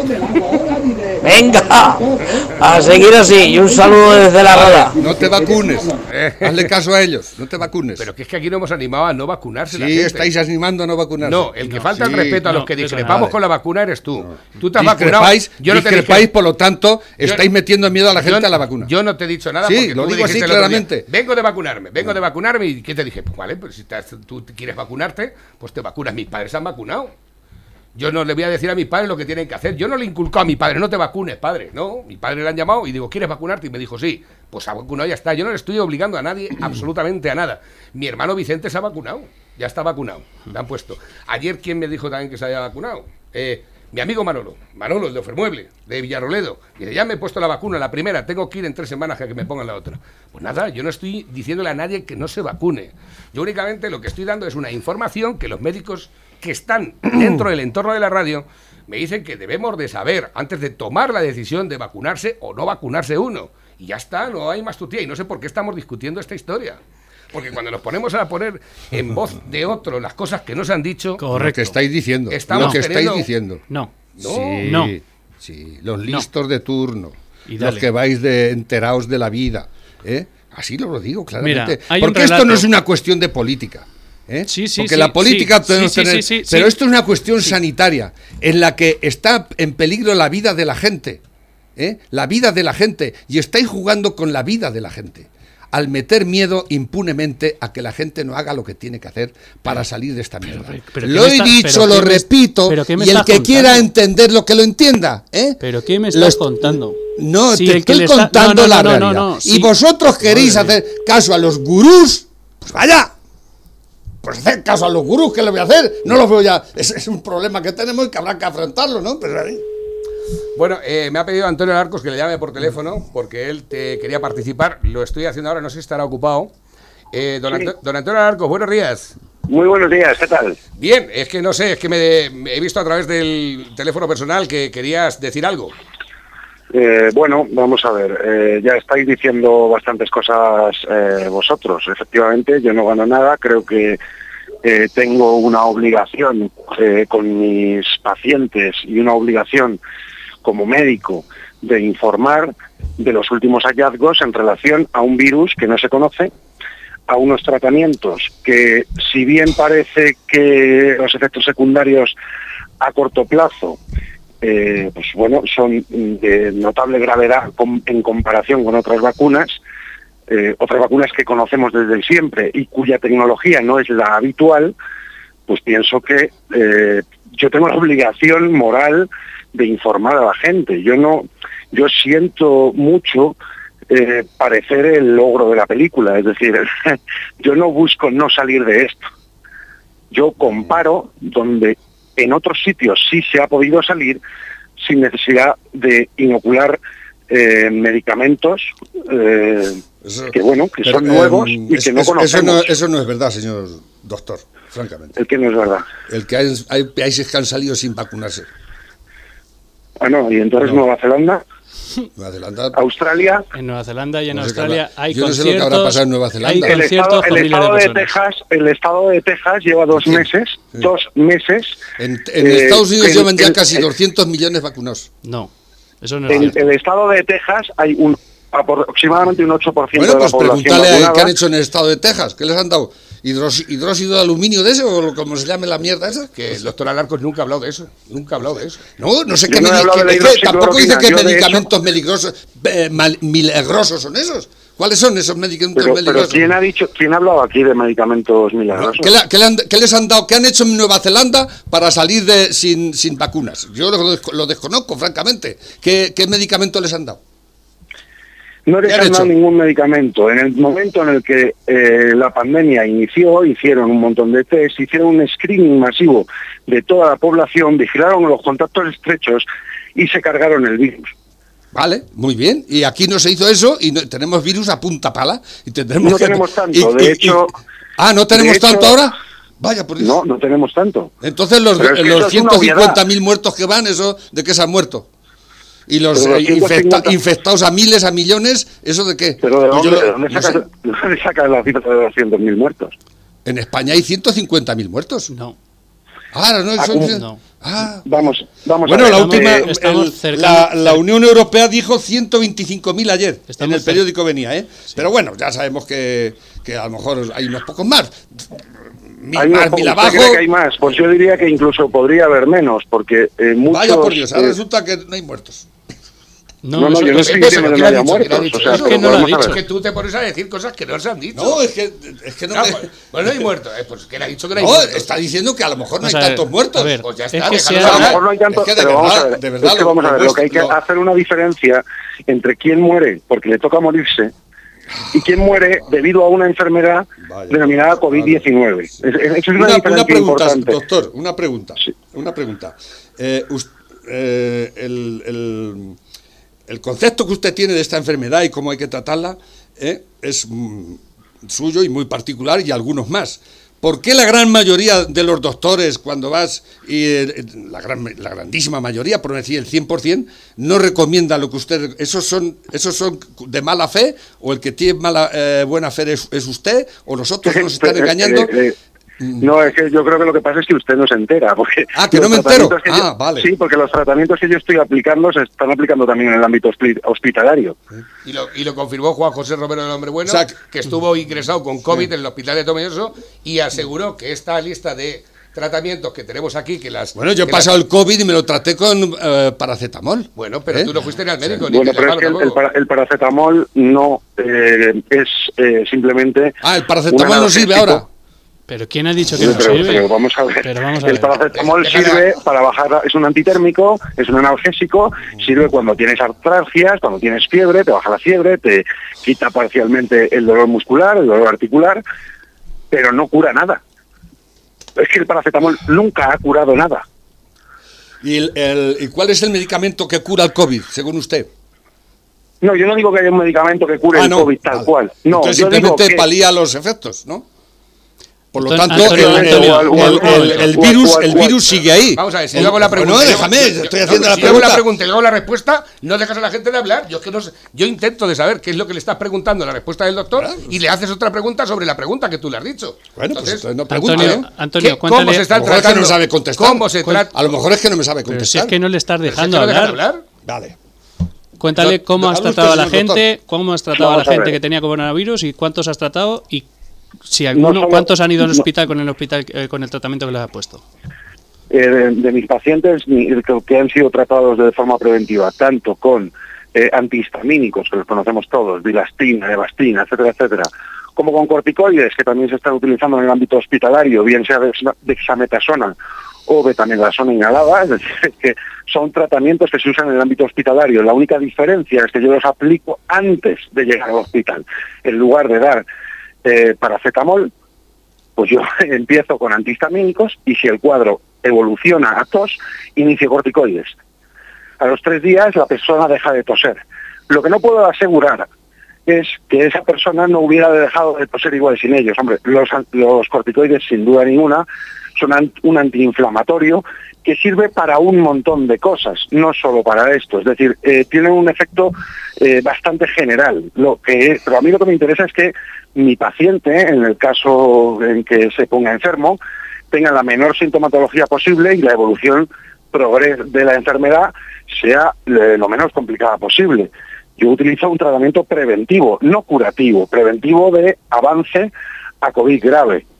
Speaker 5: Venga, a seguir así. Y un saludo desde la Rada.
Speaker 2: No te vacunes. Hazle caso a ellos. No te vacunes.
Speaker 3: Pero que es que aquí no hemos animado a no vacunarse.
Speaker 2: Sí, estáis animando a no vacunarse.
Speaker 3: No, el que falta el respeto a los que discrepamos con la vacuna eres tú. Tú te has vacunado.
Speaker 2: Yo no te discrepáis, por lo tanto, estáis metiendo miedo a la gente a la vacuna.
Speaker 3: Yo no te he dicho nada.
Speaker 2: Sí, lo digo así claramente.
Speaker 3: Vengo de vacunarme. ¿Y qué te dije? Pues vale, pues si tú quieres vacunarte, pues te vacunas. Mis padres se han vacunado. Yo no le voy a decir a mis padres lo que tienen que hacer. Yo no le inculco a mi padre, no te vacunes, padre. No, mi padre le han llamado y digo, ¿quieres vacunarte? Y me dijo, sí. Pues se ha vacunado, ya está. Yo no le estoy obligando a nadie, absolutamente a nada. Mi hermano Vicente se ha vacunado. Ya está vacunado. Le han puesto. Ayer, ¿quién me dijo también que se había vacunado? Mi amigo Manolo, el de Ofermueble, de Villarroledo. Y ya me he puesto la vacuna, la primera. Tengo que ir en 3 semanas a que me pongan la otra. Pues nada, yo no estoy diciéndole a nadie que no se vacune. Yo únicamente lo que estoy dando es una información que los médicos que están dentro del entorno de la radio me dicen que debemos de saber antes de tomar la decisión de vacunarse o no vacunarse uno. Y ya está, no hay más tutía. Y no sé por qué estamos discutiendo esta historia. Porque cuando nos ponemos a poner en voz de otro las cosas que nos han dicho...
Speaker 2: Correcto. Lo que estáis diciendo.
Speaker 4: No.
Speaker 2: Sí,
Speaker 4: no.
Speaker 2: Sí, los listos de turno. Los que vais de enterados de la vida. Así lo digo claramente.
Speaker 4: Mira,
Speaker 2: porque esto no es una cuestión de política. Porque la política podemos tener, pero esto es una cuestión sanitaria en la que está en peligro la vida de la gente, la vida de la gente, y estáis jugando con la vida de la gente al meter miedo impunemente a que la gente no haga lo que tiene que hacer para salir de esta mierda. Lo he dicho, lo repito, y el que quiera entender lo que lo entienda.
Speaker 4: ¿Pero qué me estás contando?
Speaker 2: No, te estoy contando la realidad. Y vosotros queréis hacer caso a los gurús, pues vaya. Pues hacer caso a los gurús, ¿qué le voy a hacer? No lo veo ya. Es un problema que tenemos y que habrá que afrontarlo, ¿no? Pero ahí.
Speaker 3: Bueno, me ha pedido Antonio Arcos que le llame por teléfono porque él quería participar. Lo estoy haciendo ahora, no sé si estará ocupado. Don Antonio Arcos, buenos días.
Speaker 6: Muy buenos días, ¿qué tal?
Speaker 3: Bien, es que no sé, es que me he visto a través del teléfono personal que querías decir algo.
Speaker 6: Bueno, vamos a ver, ya estáis diciendo bastantes cosas vosotros. Efectivamente, yo no gano nada, creo que tengo una obligación con mis pacientes y una obligación como médico de informar de los últimos hallazgos en relación a un virus que no se conoce, a unos tratamientos que, si bien parece que los efectos secundarios a corto plazo pues bueno, son de notable gravedad en comparación con otras vacunas que conocemos desde siempre y cuya tecnología no es la habitual, pues pienso que yo tengo la obligación moral de informar a la gente. Yo siento mucho parecer el logro de la película, es decir, yo no busco no salir de esto. Yo comparo donde en otros sitios sí se ha podido salir sin necesidad de inocular medicamentos que bueno, que son nuevos y que no conocemos.
Speaker 2: Eso no es verdad, señor doctor, francamente.
Speaker 6: ¿El que no es verdad?
Speaker 2: El que hay países que han salido sin vacunarse.
Speaker 6: Ah, no, y entonces no. Nueva Zelanda...
Speaker 2: Nueva Zelanda,
Speaker 6: Australia.
Speaker 4: En Nueva Zelanda y en Australia hay
Speaker 2: conciertos. Yo no sé lo que habrá pasado en Nueva Zelanda.
Speaker 6: El estado de Texas lleva 2 meses. Sí. 2 meses.
Speaker 2: En Estados Unidos llevan ya casi 200 millones vacunados.
Speaker 4: No, eso no es cierto.
Speaker 6: En el estado de Texas hay aproximadamente un 8% de la población
Speaker 2: vacunada. Bueno, pues pregúntale
Speaker 6: vacunada.
Speaker 2: qué han hecho en el estado de Texas. ¿Qué les han dado? hidróxido de aluminio de ese, o como se llame la mierda esa.
Speaker 3: Que el doctor Alarcos nunca ha hablado de eso. Nunca ha hablado de eso.
Speaker 2: No sé
Speaker 6: Yo
Speaker 2: qué
Speaker 6: no he hablado de la
Speaker 2: tampoco dice
Speaker 6: hidroxicloroquina,
Speaker 2: que
Speaker 6: yo, de
Speaker 2: medicamentos milagrosos son esos. ¿Cuáles son esos medicamentos
Speaker 6: Pero
Speaker 2: milagrosos?
Speaker 6: ¿quién ha hablado aquí de medicamentos milagrosos?
Speaker 2: ¿Qué les han dado? ¿Qué han hecho en Nueva Zelanda para salir sin vacunas? Yo lo desconozco, francamente. ¿Qué medicamento les han dado?
Speaker 6: No les han dado ningún medicamento. En el momento en el que la pandemia inició, hicieron un montón de test, hicieron un screening masivo de toda la población, vigilaron los contactos estrechos y se cargaron el virus.
Speaker 2: Vale, muy bien. Y aquí no se hizo eso y tenemos virus a punta pala. Y tendremos
Speaker 6: no tenemos tanto, de hecho...
Speaker 2: ¿no tenemos tanto ahora? Vaya, por eso.
Speaker 6: No tenemos tanto.
Speaker 2: Entonces los 150.000 muertos que van, ¿eso de qué se han muerto? Y los infectados a miles, a millones, ¿eso de qué?
Speaker 6: Pero ¿de dónde sacas la cifra de 200.000 muertos?
Speaker 2: En España hay 150.000 muertos.
Speaker 4: No.
Speaker 6: Vamos
Speaker 2: bueno,
Speaker 6: a ver.
Speaker 2: la última, la Unión Europea dijo 125.000 ayer, en el periódico venía, Sí. Pero bueno, ya sabemos que a lo mejor hay unos pocos más.
Speaker 6: Mil abajo. ¿Usted cree que hay más? Pues yo diría que incluso podría haber menos, porque muchos...
Speaker 2: Vaya por Dios, ahora resulta que no hay muertos.
Speaker 6: No, yo no estoy diciendo que no haya muertos.
Speaker 3: Es que no lo ha dicho. Es que tú te pones a decir cosas que no se han dicho.
Speaker 2: No, es que no.
Speaker 3: Pues no hay muertos. Pues que le ha dicho que no hay
Speaker 2: muertos.
Speaker 3: No,
Speaker 2: está diciendo que a lo mejor no hay tantos muertos.
Speaker 4: A ver,
Speaker 3: pues ya está.
Speaker 6: A lo mejor no hay tantos, pero vamos a ver. Vamos a ver, lo que hay que hacer una diferencia entre quién muere porque le toca morirse y quién muere debido a una enfermedad denominada COVID-19. Eso es una diferencia
Speaker 2: pregunta,
Speaker 6: importante.
Speaker 2: Doctor, una pregunta.
Speaker 6: Sí.
Speaker 2: Una pregunta. El concepto que usted tiene de esta enfermedad y cómo hay que tratarla es suyo y muy particular, y algunos más. ¿Por qué la gran mayoría de los doctores, cuando vas, y la grandísima mayoría, por no decir el 100%, no recomienda lo que usted... ¿Esos son de mala fe? ¿O el que tiene buena fe es usted? ¿O los otros nos están engañando?
Speaker 6: No, es que yo creo que lo que pasa es que usted no se entera. Porque
Speaker 2: que no me entero.
Speaker 6: Vale. Sí, porque los tratamientos que yo estoy aplicando se están aplicando también en el ámbito hospitalario.
Speaker 3: Y lo confirmó Juan José Romero del Hombre Bueno, que estuvo ingresado con COVID en el hospital de Tomelloso y aseguró que esta lista de tratamientos que tenemos aquí, que las...
Speaker 2: Bueno, yo he pasado el COVID y me lo traté con paracetamol.
Speaker 3: Bueno, pero tú no fuiste ni al médico.
Speaker 6: Bueno, pero es que el paracetamol no es simplemente...
Speaker 2: el paracetamol no sirve ahora.
Speaker 4: ¿Pero quién ha dicho que no sirve?
Speaker 6: Pero vamos a ver. El paracetamol sirve para bajar, es un antitérmico, es un analgésico, sirve cuando tienes artralgias, cuando tienes fiebre, te baja la fiebre, te quita parcialmente el dolor muscular, el dolor articular, pero no cura nada. Es que el paracetamol nunca ha curado nada.
Speaker 2: ¿Y cuál es el medicamento que cura el COVID, según usted?
Speaker 6: No, yo no digo que haya un medicamento que cure el COVID tal cual. No,
Speaker 2: entonces
Speaker 6: yo
Speaker 2: simplemente
Speaker 6: digo
Speaker 2: palía los efectos, ¿no? Por lo tanto, el virus sigue ahí.
Speaker 3: Vamos a ver, si yo hago la pregunta...
Speaker 2: No, déjame, estoy haciendo la pregunta.
Speaker 3: Si yo hago la pregunta y luego la respuesta, no dejas a la gente de hablar. Yo es que no sé, yo intento de saber qué es lo que le estás preguntando, la respuesta del doctor, y le haces otra pregunta sobre la pregunta que tú le has dicho.
Speaker 2: Bueno, entonces no pregunta,
Speaker 4: Antonio,
Speaker 3: ¿cómo se está tratando?
Speaker 2: A lo mejor es que no sabe contestar.
Speaker 3: ¿Cómo se trata?
Speaker 2: A lo mejor es que no me sabe contestar.
Speaker 4: Pero si es que no le estás dejando
Speaker 3: hablar.
Speaker 2: Vale.
Speaker 4: Cuéntale cómo has tratado a la gente, cómo has tratado a la gente que tenía coronavirus y cuántos has tratado y si ¿cuántos han ido al hospital con el tratamiento que les ha puesto?
Speaker 6: De mis pacientes que han sido tratados de forma preventiva, tanto con antihistamínicos, que los conocemos todos, bilastina, evastina, etcétera, etcétera, como con corticoides, que también se están utilizando en el ámbito hospitalario, bien sea dexametasona o betamidasona inhalada, es decir, que son tratamientos que se usan en el ámbito hospitalario. La única diferencia es que yo los aplico antes de llegar al hospital. En lugar de dar paracetamol, pues yo empiezo con antihistamínicos y si el cuadro evoluciona a tos, inicio corticoides. A los 3 días la persona deja de toser. Lo que no puedo asegurar es que esa persona no hubiera dejado de toser igual sin ellos. Hombre, los corticoides, sin duda ninguna, son un antiinflamatorio que sirve para un montón de cosas, no solo para esto. Es decir, tienen un efecto bastante general. Pero a mí lo que me interesa es que mi paciente, en el caso en que se ponga enfermo, tenga la menor sintomatología posible y la evolución de la enfermedad sea lo menos complicada posible. Yo utilizo un tratamiento preventivo, no curativo, preventivo de avance a COVID grave.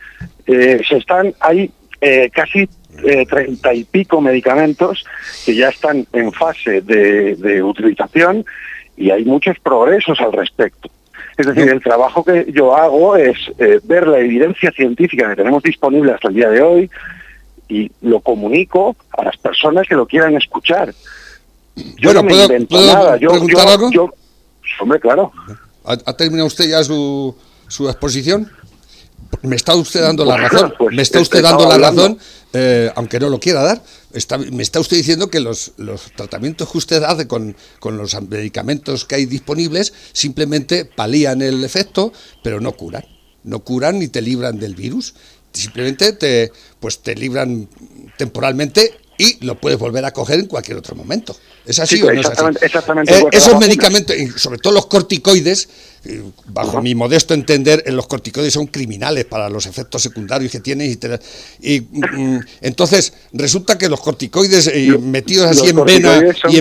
Speaker 6: hay casi 30 y pico medicamentos que ya están en fase de utilización y hay muchos progresos al respecto. Es decir, el trabajo que yo hago es ver la evidencia científica que tenemos disponible hasta el día de hoy y lo comunico a las personas que lo quieran escuchar. Yo no me invento nada.
Speaker 2: ¿Preguntar algo?
Speaker 6: Hombre, claro.
Speaker 2: ¿Ha terminado usted ya su exposición? Me está usted dando la razón.
Speaker 6: Pues
Speaker 2: me está usted dando la razón, aunque no lo quiera dar. Me está usted diciendo que los tratamientos que usted hace con los medicamentos que hay disponibles simplemente palían el efecto, pero no curan. No curan ni te libran del virus. Simplemente te libran temporalmente y lo puedes volver a coger en cualquier otro momento. ¿Es así o no es así?
Speaker 6: Exactamente.
Speaker 2: Esos medicamentos, y sobre todo los corticoides, bajo mi modesto entender, los corticoides son criminales para los efectos secundarios que tienen. Entonces, resulta que los corticoides metidos así en vena...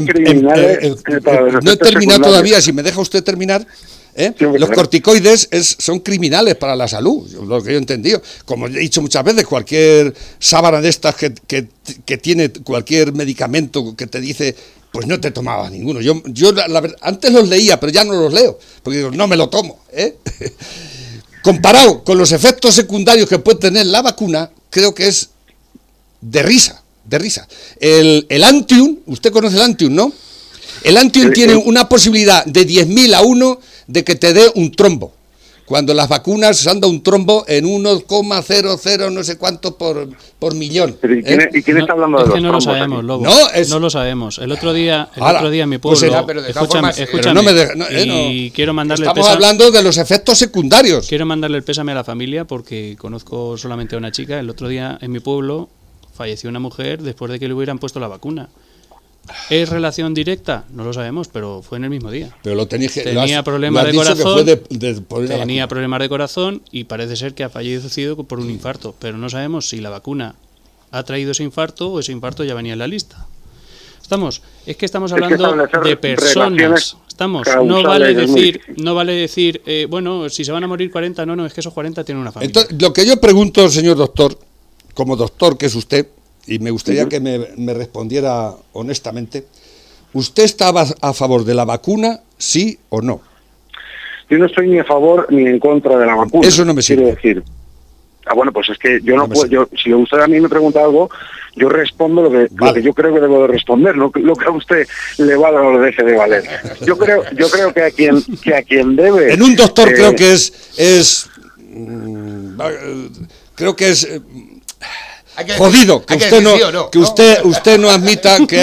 Speaker 2: no he terminado todavía, si me deja usted terminar... Los corticoides son criminales para la salud, lo que yo he entendido. Como he dicho muchas veces, cualquier sábana de estas que tiene cualquier medicamento que te dice, pues no te tomaba ninguno. Yo antes los leía, pero ya no los leo, porque digo, no me lo tomo. Comparado con los efectos secundarios que puede tener la vacuna, creo que es de risa. El Antium, usted conoce el Antium, ¿no? El Antium tiene una posibilidad de 10.000 a 1 de que te dé un trombo. Cuando las vacunas se han dado un trombo en 1,00 no sé cuánto por millón.
Speaker 6: Pero ¿y quién está hablando de los trombos?
Speaker 4: No lo sabemos, Lobo. No lo sabemos. El otro día en mi pueblo... Escúchame, quiero mandarle
Speaker 2: estamos hablando de los efectos secundarios.
Speaker 4: Quiero mandarle el pésame a la familia porque conozco solamente a una chica. El otro día en mi pueblo falleció una mujer después de que le hubieran puesto la vacuna. ¿Es relación directa? No lo sabemos, pero fue en el mismo día.
Speaker 2: Pero
Speaker 4: tenía problemas de corazón. Tenía problemas de corazón y parece ser que ha fallecido por un infarto. Pero no sabemos si la vacuna ha traído ese infarto o ese infarto ya venía en la lista. Estamos hablando de personas. No vale decir, bueno, si se van a morir 40, no, es que esos 40 tienen una familia.
Speaker 2: Entonces, lo que yo pregunto, señor doctor, como doctor que es usted, y me gustaría que me respondiera honestamente, ¿usted estaba a favor de la vacuna, sí o no?
Speaker 6: Yo no estoy ni a favor ni en contra de la vacuna.
Speaker 2: Eso no me sirve.
Speaker 6: Quiero decir, bueno, pues es que yo no puedo, si usted a mí me pregunta algo, yo respondo lo que yo creo que debo de responder, lo que a usted le valga o le deje de valer. Yo creo que a quien debe...
Speaker 2: En un doctor creo que es jodido que usted no admita que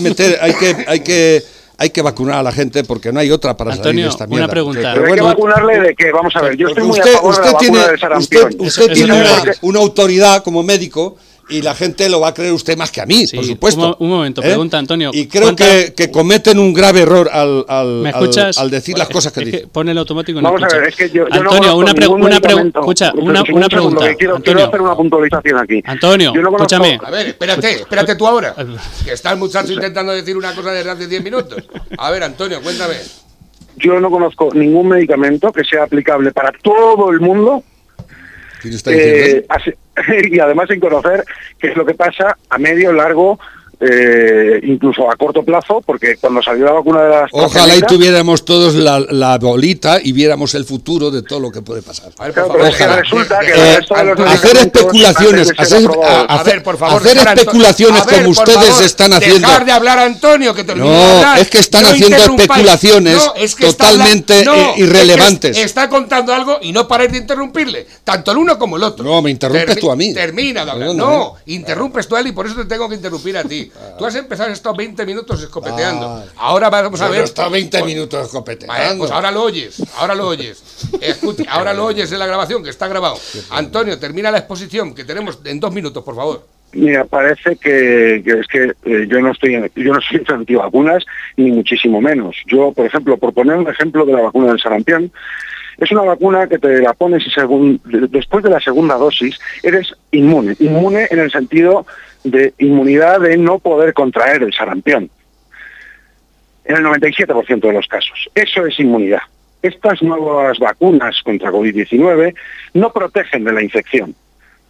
Speaker 2: hay que vacunar a la gente porque no hay otra para salir de esta mierda.
Speaker 4: Una pregunta.
Speaker 6: Pero hay que vacunarle de qué, vamos a ver, yo estoy muy a favor de la vacuna del sarampión.
Speaker 2: Usted tiene una autoridad como médico y la gente lo va a creer usted más que a mí, por supuesto.
Speaker 4: Un momento, pregunta Antonio.
Speaker 2: Y creo que cometen un grave error al decir las cosas que dicen.
Speaker 4: Pone el automático en
Speaker 6: Vamos a ver, es que yo
Speaker 4: Antonio,
Speaker 6: no
Speaker 4: una pregunta.
Speaker 6: Quiero hacer una puntualización aquí.
Speaker 4: Antonio, escúchame.
Speaker 3: A ver, espérate tú ahora. Que está el muchacho intentando decir una cosa desde hace 10 minutos. A ver, Antonio, cuéntame.
Speaker 6: Yo no conozco ningún medicamento que sea aplicable para todo el mundo.
Speaker 2: ¿Quién está diciendo eso?
Speaker 6: Y además sin conocer qué es lo que pasa a medio, largo, incluso a corto plazo, porque cuando salió la vacuna de las...
Speaker 2: Ojalá y tuviéramos todos la bolita y viéramos el futuro de todo lo que puede pasar.
Speaker 3: A ver, por favor,
Speaker 6: resulta que
Speaker 2: hacer especulaciones, hacer especulaciones como ustedes están haciendo.
Speaker 3: Dejar de hablar, Antonio, que termine de
Speaker 2: No,
Speaker 3: hablar.
Speaker 2: es que están haciendo especulaciones totalmente irrelevantes.
Speaker 3: Está contando algo y no paráis de interrumpirle, tanto el uno como el otro.
Speaker 2: No, me interrumpes tú a mí.
Speaker 3: Termina de hablar. No, interrumpes tú a él y por eso te tengo que interrumpir a ti. Tú has empezado estos 20 minutos escopeteando. Ahora vamos a ver.
Speaker 2: Yo he estado 20 minutos escopeteando.
Speaker 3: Pues ahora lo oyes. Escucha, ahora lo oyes en la grabación, que está grabado. Antonio, termina la exposición que tenemos en 2 minutos, por favor.
Speaker 6: Mira, parece que yo no soy antivacunas, ni muchísimo menos. Yo, por ejemplo, por poner un ejemplo de la vacuna del sarampión, es una vacuna que te la pones y después de la segunda dosis eres inmune en el sentido de inmunidad de no poder contraer el sarampión. En el 97% de los casos. Eso es inmunidad. Estas nuevas vacunas contra COVID-19 no protegen de la infección.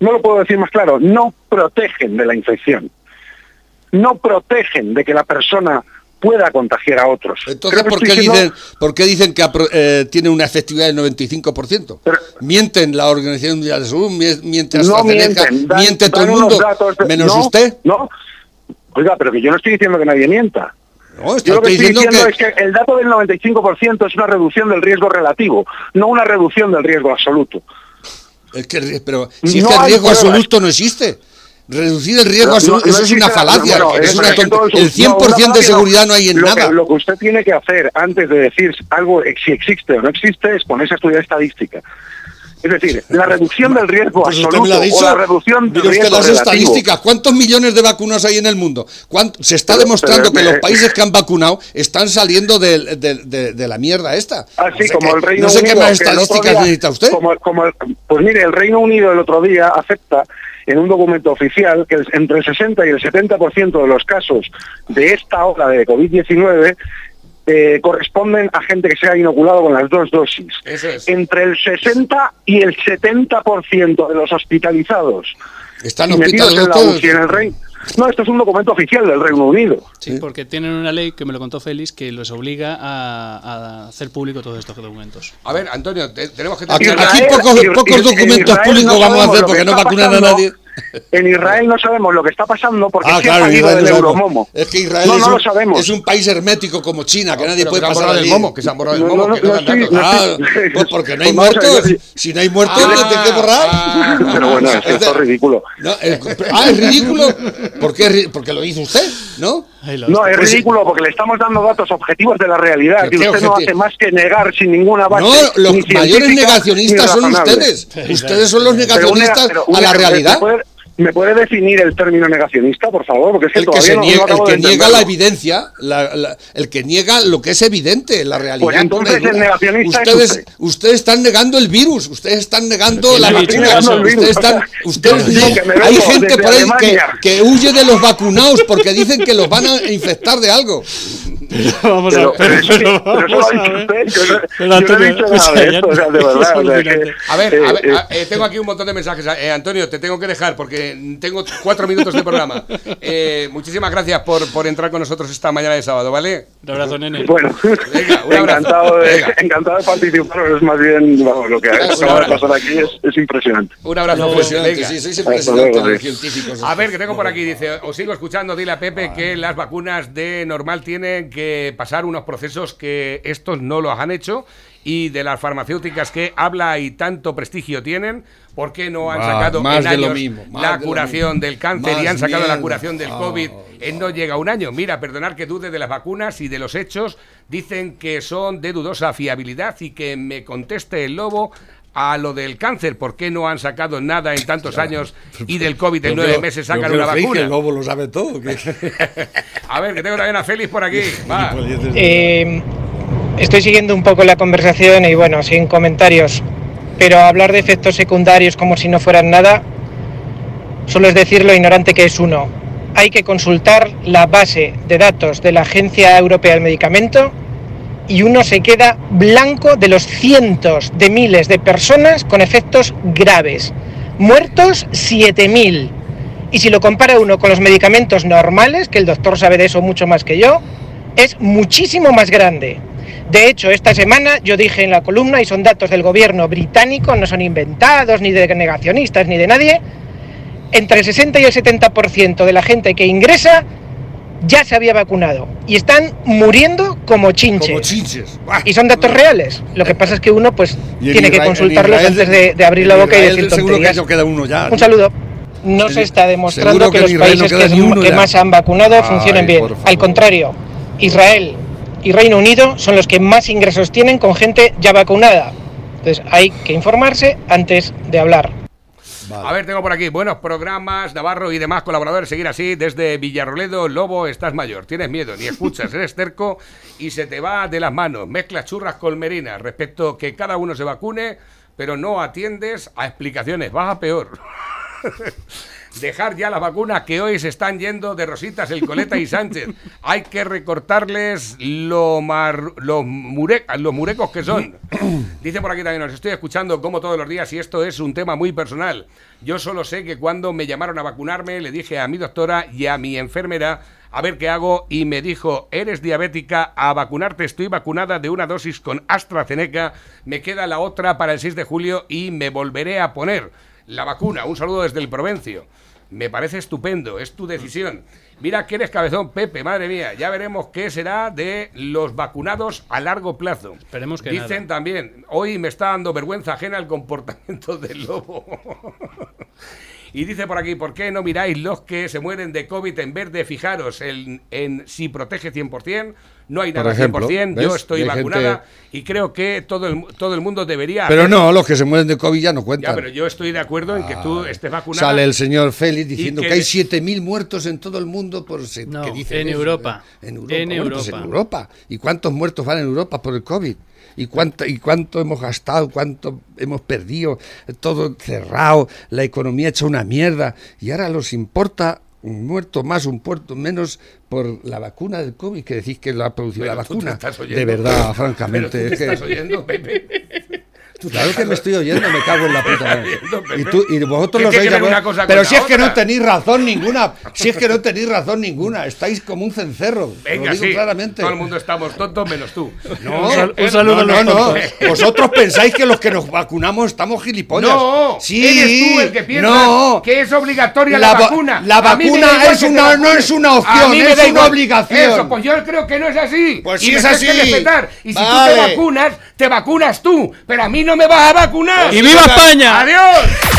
Speaker 6: no lo puedo decir más claro, no protegen de la infección. No protegen de que la persona pueda contagiar a otros.
Speaker 2: Entonces, ¿por qué dicen que tiene una efectividad del 95%? Pero, mienten la Organización Mundial de Salud, miente AstraZeneca, miente todo el mundo, menos usted.
Speaker 6: No, oiga, pero que yo no estoy diciendo que nadie mienta.
Speaker 2: No,
Speaker 6: yo lo que estoy diciendo es que el dato del 95% es una reducción del riesgo relativo, no una reducción del riesgo absoluto.
Speaker 2: Pero si es que el riesgo absoluto no existe. Reducir el riesgo absoluto, eso es una falacia. El 100% de seguridad no hay en nada.
Speaker 6: Lo que usted tiene que hacer antes de decir algo, si existe o no existe, es ponerse a estudiar estadística. Es decir, la reducción del riesgo absoluto o la reducción del riesgo
Speaker 2: las
Speaker 6: relativo.
Speaker 2: Estadísticas, ¿cuántos millones de vacunas hay en el mundo? Se está demostrando que los países que han vacunado están saliendo de la mierda esta.
Speaker 6: Así como el Reino Unido.
Speaker 2: No sé qué más estadísticas necesita usted.
Speaker 6: Pues mire, el Reino Unido el otro día acepta en un documento oficial que entre el 60 y el 70% de los casos de esta ola de COVID-19 corresponden a gente que se ha inoculado con las 2 dosis.
Speaker 3: Eso es.
Speaker 6: Entre el 60 y el 70% de los hospitalizados
Speaker 2: están
Speaker 6: metidos en la UCI en el Reino. No, esto es un documento oficial del Reino Unido.
Speaker 4: Sí, porque tienen una ley, que me lo contó Félix, que los obliga a hacer público todos estos documentos.
Speaker 3: A ver, Antonio, tenemos que...
Speaker 2: Aquí pocos documentos públicos vamos a hacer porque no vacunan a nadie.
Speaker 6: En Israel no sabemos lo que está pasando porque se ha salido del Euromomo.
Speaker 2: Es que Israel
Speaker 6: lo sabemos.
Speaker 2: Es un país hermético como China, que nadie puede pasar
Speaker 3: del momo, que se han borrado del momo.
Speaker 2: Pues porque no hay muertos. Si no hay muertos, no tiene que borrar.
Speaker 6: Pero bueno, esto es ridículo.
Speaker 2: ¿Es ridículo? ¿Por qué? Porque lo dice usted, ¿no?
Speaker 6: No, es ridículo porque le estamos dando datos objetivos de la realidad que usted no hace más que negar sin ninguna base.
Speaker 2: No, los mayores negacionistas son ustedes. Ustedes son los negacionistas a la realidad.
Speaker 6: ¿Me puede definir el término negacionista, por favor? Porque es que
Speaker 2: el que niega la evidencia, el que niega lo que es evidente, la realidad.
Speaker 6: Pues entonces el negacionista
Speaker 2: ustedes están negando el virus, ustedes están negando la vacuna. Hay gente por ahí que huye de los vacunados porque dicen que los van a infectar de algo.
Speaker 4: Vamos a ver. Pero eso lo ha dicho
Speaker 6: usted. Yo no he dicho nada de esto, o sea, de verdad.
Speaker 3: A ver, tengo aquí un montón de mensajes. Antonio, te tengo que dejar porque tengo 4 minutos de programa. Muchísimas gracias por entrar con nosotros esta mañana de sábado, ¿vale?
Speaker 4: Un abrazo, nene.
Speaker 6: Bueno, venga, un encantado de participar, es más bien lo que acaba de pasar aquí es impresionante.
Speaker 3: Un abrazo.
Speaker 2: Impresionante, sí, sois impresionantes los científicos.
Speaker 3: A ver, que tengo por aquí, dice, os sigo escuchando, dile a Pepe que las vacunas de normal tienen que pasar unos procesos que estos no los han hecho, y de las farmacéuticas que habla y tanto prestigio tienen, ¿por qué no han sacado en años la curación del cáncer y han sacado la curación del COVID? No llega un año. Mira, perdonar que dude de las vacunas y de los hechos, dicen que son de dudosa fiabilidad, y que me conteste el Lobo a lo del cáncer, ¿por qué no han sacado nada en tantos años y del COVID en 9 meses sacan una vacuna?
Speaker 2: El Lobo lo sabe todo.
Speaker 3: A ver, que tengo también a Félix por aquí. Va.
Speaker 7: Estoy siguiendo un poco la conversación y bueno, sin comentarios, pero hablar de efectos secundarios como si no fueran nada, solo es decir lo ignorante que es uno. Hay que consultar la base de datos de la Agencia Europea del Medicamento y uno se queda blanco de los cientos de miles de personas con efectos graves. Muertos 7.000. Y si lo compara uno con los medicamentos normales, que el doctor sabe de eso mucho más que yo, es muchísimo más grande. De hecho, esta semana yo dije en la columna, y son datos del gobierno británico, no son inventados ni de negacionistas ni de nadie, entre el 60 y el 70% de la gente que ingresa ya se había vacunado y están muriendo como chinches. Y son datos reales. Lo que pasa es que uno pues tiene que consultarlos antes de abrir la boca y decir tonterías. Un saludo. No se está demostrando que los países que más han vacunado funcionen bien. Al contrario, Israel y Reino Unido son los que más ingresos tienen con gente ya vacunada. Entonces hay que informarse antes de hablar.
Speaker 3: Vale. A ver, tengo por aquí buenos programas, Navarro y demás colaboradores. Seguir así desde Villarroledo. Lobo, estás mayor, tienes miedo, ni escuchas, eres terco y se te va de las manos. Mezclas churras con merinas respecto que cada uno se vacune, pero no atiendes a explicaciones. Vas a peor. Dejar ya las vacunas que hoy se están yendo de rositas el Coleta y Sánchez. Hay que recortarles los murecos que son. Dice por aquí también, os estoy escuchando como todos los días y esto es un tema muy personal. Yo solo sé que cuando me llamaron a vacunarme le dije a mi doctora y a mi enfermera a ver qué hago y me dijo, eres diabética, a vacunarte, estoy vacunada de una dosis con AstraZeneca, me queda la otra para el 6 de julio y me volveré a poner la vacuna. Un saludo desde el Provencio. Me parece estupendo, es tu decisión. Mira que eres cabezón, Pepe, madre mía. Ya veremos qué será de los vacunados a largo plazo.
Speaker 4: Esperemos que
Speaker 3: Dicen
Speaker 4: nada.
Speaker 3: también, hoy me está dando vergüenza ajena el comportamiento del lobo. Y dice por aquí, ¿por qué no miráis los que se mueren de COVID en vez de fijaros en si protege 100%? No hay nada
Speaker 2: Por ejemplo,
Speaker 3: 100%,
Speaker 2: ¿ves?
Speaker 3: yo estoy
Speaker 2: Hay
Speaker 3: vacunada
Speaker 2: gente...
Speaker 3: y creo que todo el mundo debería...
Speaker 2: Pero
Speaker 3: hacer...
Speaker 2: no, los que se mueren de COVID ya no cuentan.
Speaker 3: Ya, pero yo estoy de acuerdo en que tú estés vacunada.
Speaker 2: Sale el señor Félix diciendo
Speaker 3: que
Speaker 2: que hay 7.000 muertos en todo el mundo por...
Speaker 4: No,
Speaker 2: ¿qué dicen
Speaker 4: en
Speaker 2: eso?
Speaker 4: Europa.
Speaker 2: En Europa.
Speaker 4: En
Speaker 2: Bueno, pues
Speaker 4: Europa.
Speaker 2: en Europa. ¿Y cuántos muertos van en Europa por el COVID? ¿Y cuánto hemos gastado? ¿Cuánto hemos perdido? Todo cerrado, la economía hecha una mierda. Y ahora los importa un muerto más, un muerto menos por la vacuna del COVID, que decís que lo ha producido
Speaker 3: Pero
Speaker 2: la
Speaker 3: tú te
Speaker 2: vacuna.
Speaker 3: estás oyendo.
Speaker 2: De verdad, francamente.
Speaker 3: Pero tú
Speaker 2: es
Speaker 3: te
Speaker 2: que...
Speaker 3: estás oyendo, Pepe.
Speaker 2: Claro que me estoy oyendo, me cago en la puta madre.
Speaker 3: Pepe.
Speaker 2: Y vosotros
Speaker 3: ¿Qué
Speaker 2: lo
Speaker 3: tiene
Speaker 2: sois
Speaker 3: que ver
Speaker 2: de
Speaker 3: una cosa
Speaker 2: Pero
Speaker 3: con
Speaker 2: si
Speaker 3: la
Speaker 2: es que
Speaker 3: otra?
Speaker 2: no tenéis razón ninguna, si es que no tenéis razón ninguna, estáis como un cencerro.
Speaker 3: Venga,
Speaker 2: lo digo
Speaker 3: sí,
Speaker 2: claramente.
Speaker 3: todo el mundo estamos tontos menos tú.
Speaker 2: No,
Speaker 4: Un saludo a los
Speaker 2: no.
Speaker 4: tontos.
Speaker 2: Vosotros pensáis que los que nos vacunamos estamos gilipollas.
Speaker 3: No,
Speaker 2: sí,
Speaker 3: eres tú el que piensa
Speaker 2: no.
Speaker 3: que es obligatoria la vacuna.
Speaker 2: La
Speaker 3: A mí me da
Speaker 2: vacuna
Speaker 3: igual
Speaker 2: es
Speaker 3: que te
Speaker 2: una, no
Speaker 3: vacunes.
Speaker 2: es una
Speaker 3: A
Speaker 2: opción,
Speaker 3: mí me
Speaker 2: es
Speaker 3: da
Speaker 2: una
Speaker 3: igual.
Speaker 2: obligación.
Speaker 3: Eso, pues yo creo que no es así.
Speaker 2: Pues
Speaker 3: y
Speaker 2: sí
Speaker 3: me
Speaker 2: es
Speaker 3: tienes
Speaker 2: así.
Speaker 3: que respetar. Y si
Speaker 2: Vale.
Speaker 3: tú te vacunas tú, pero a mí no me vas a vacunar.
Speaker 4: ¡Y viva España!
Speaker 3: ¡Adiós!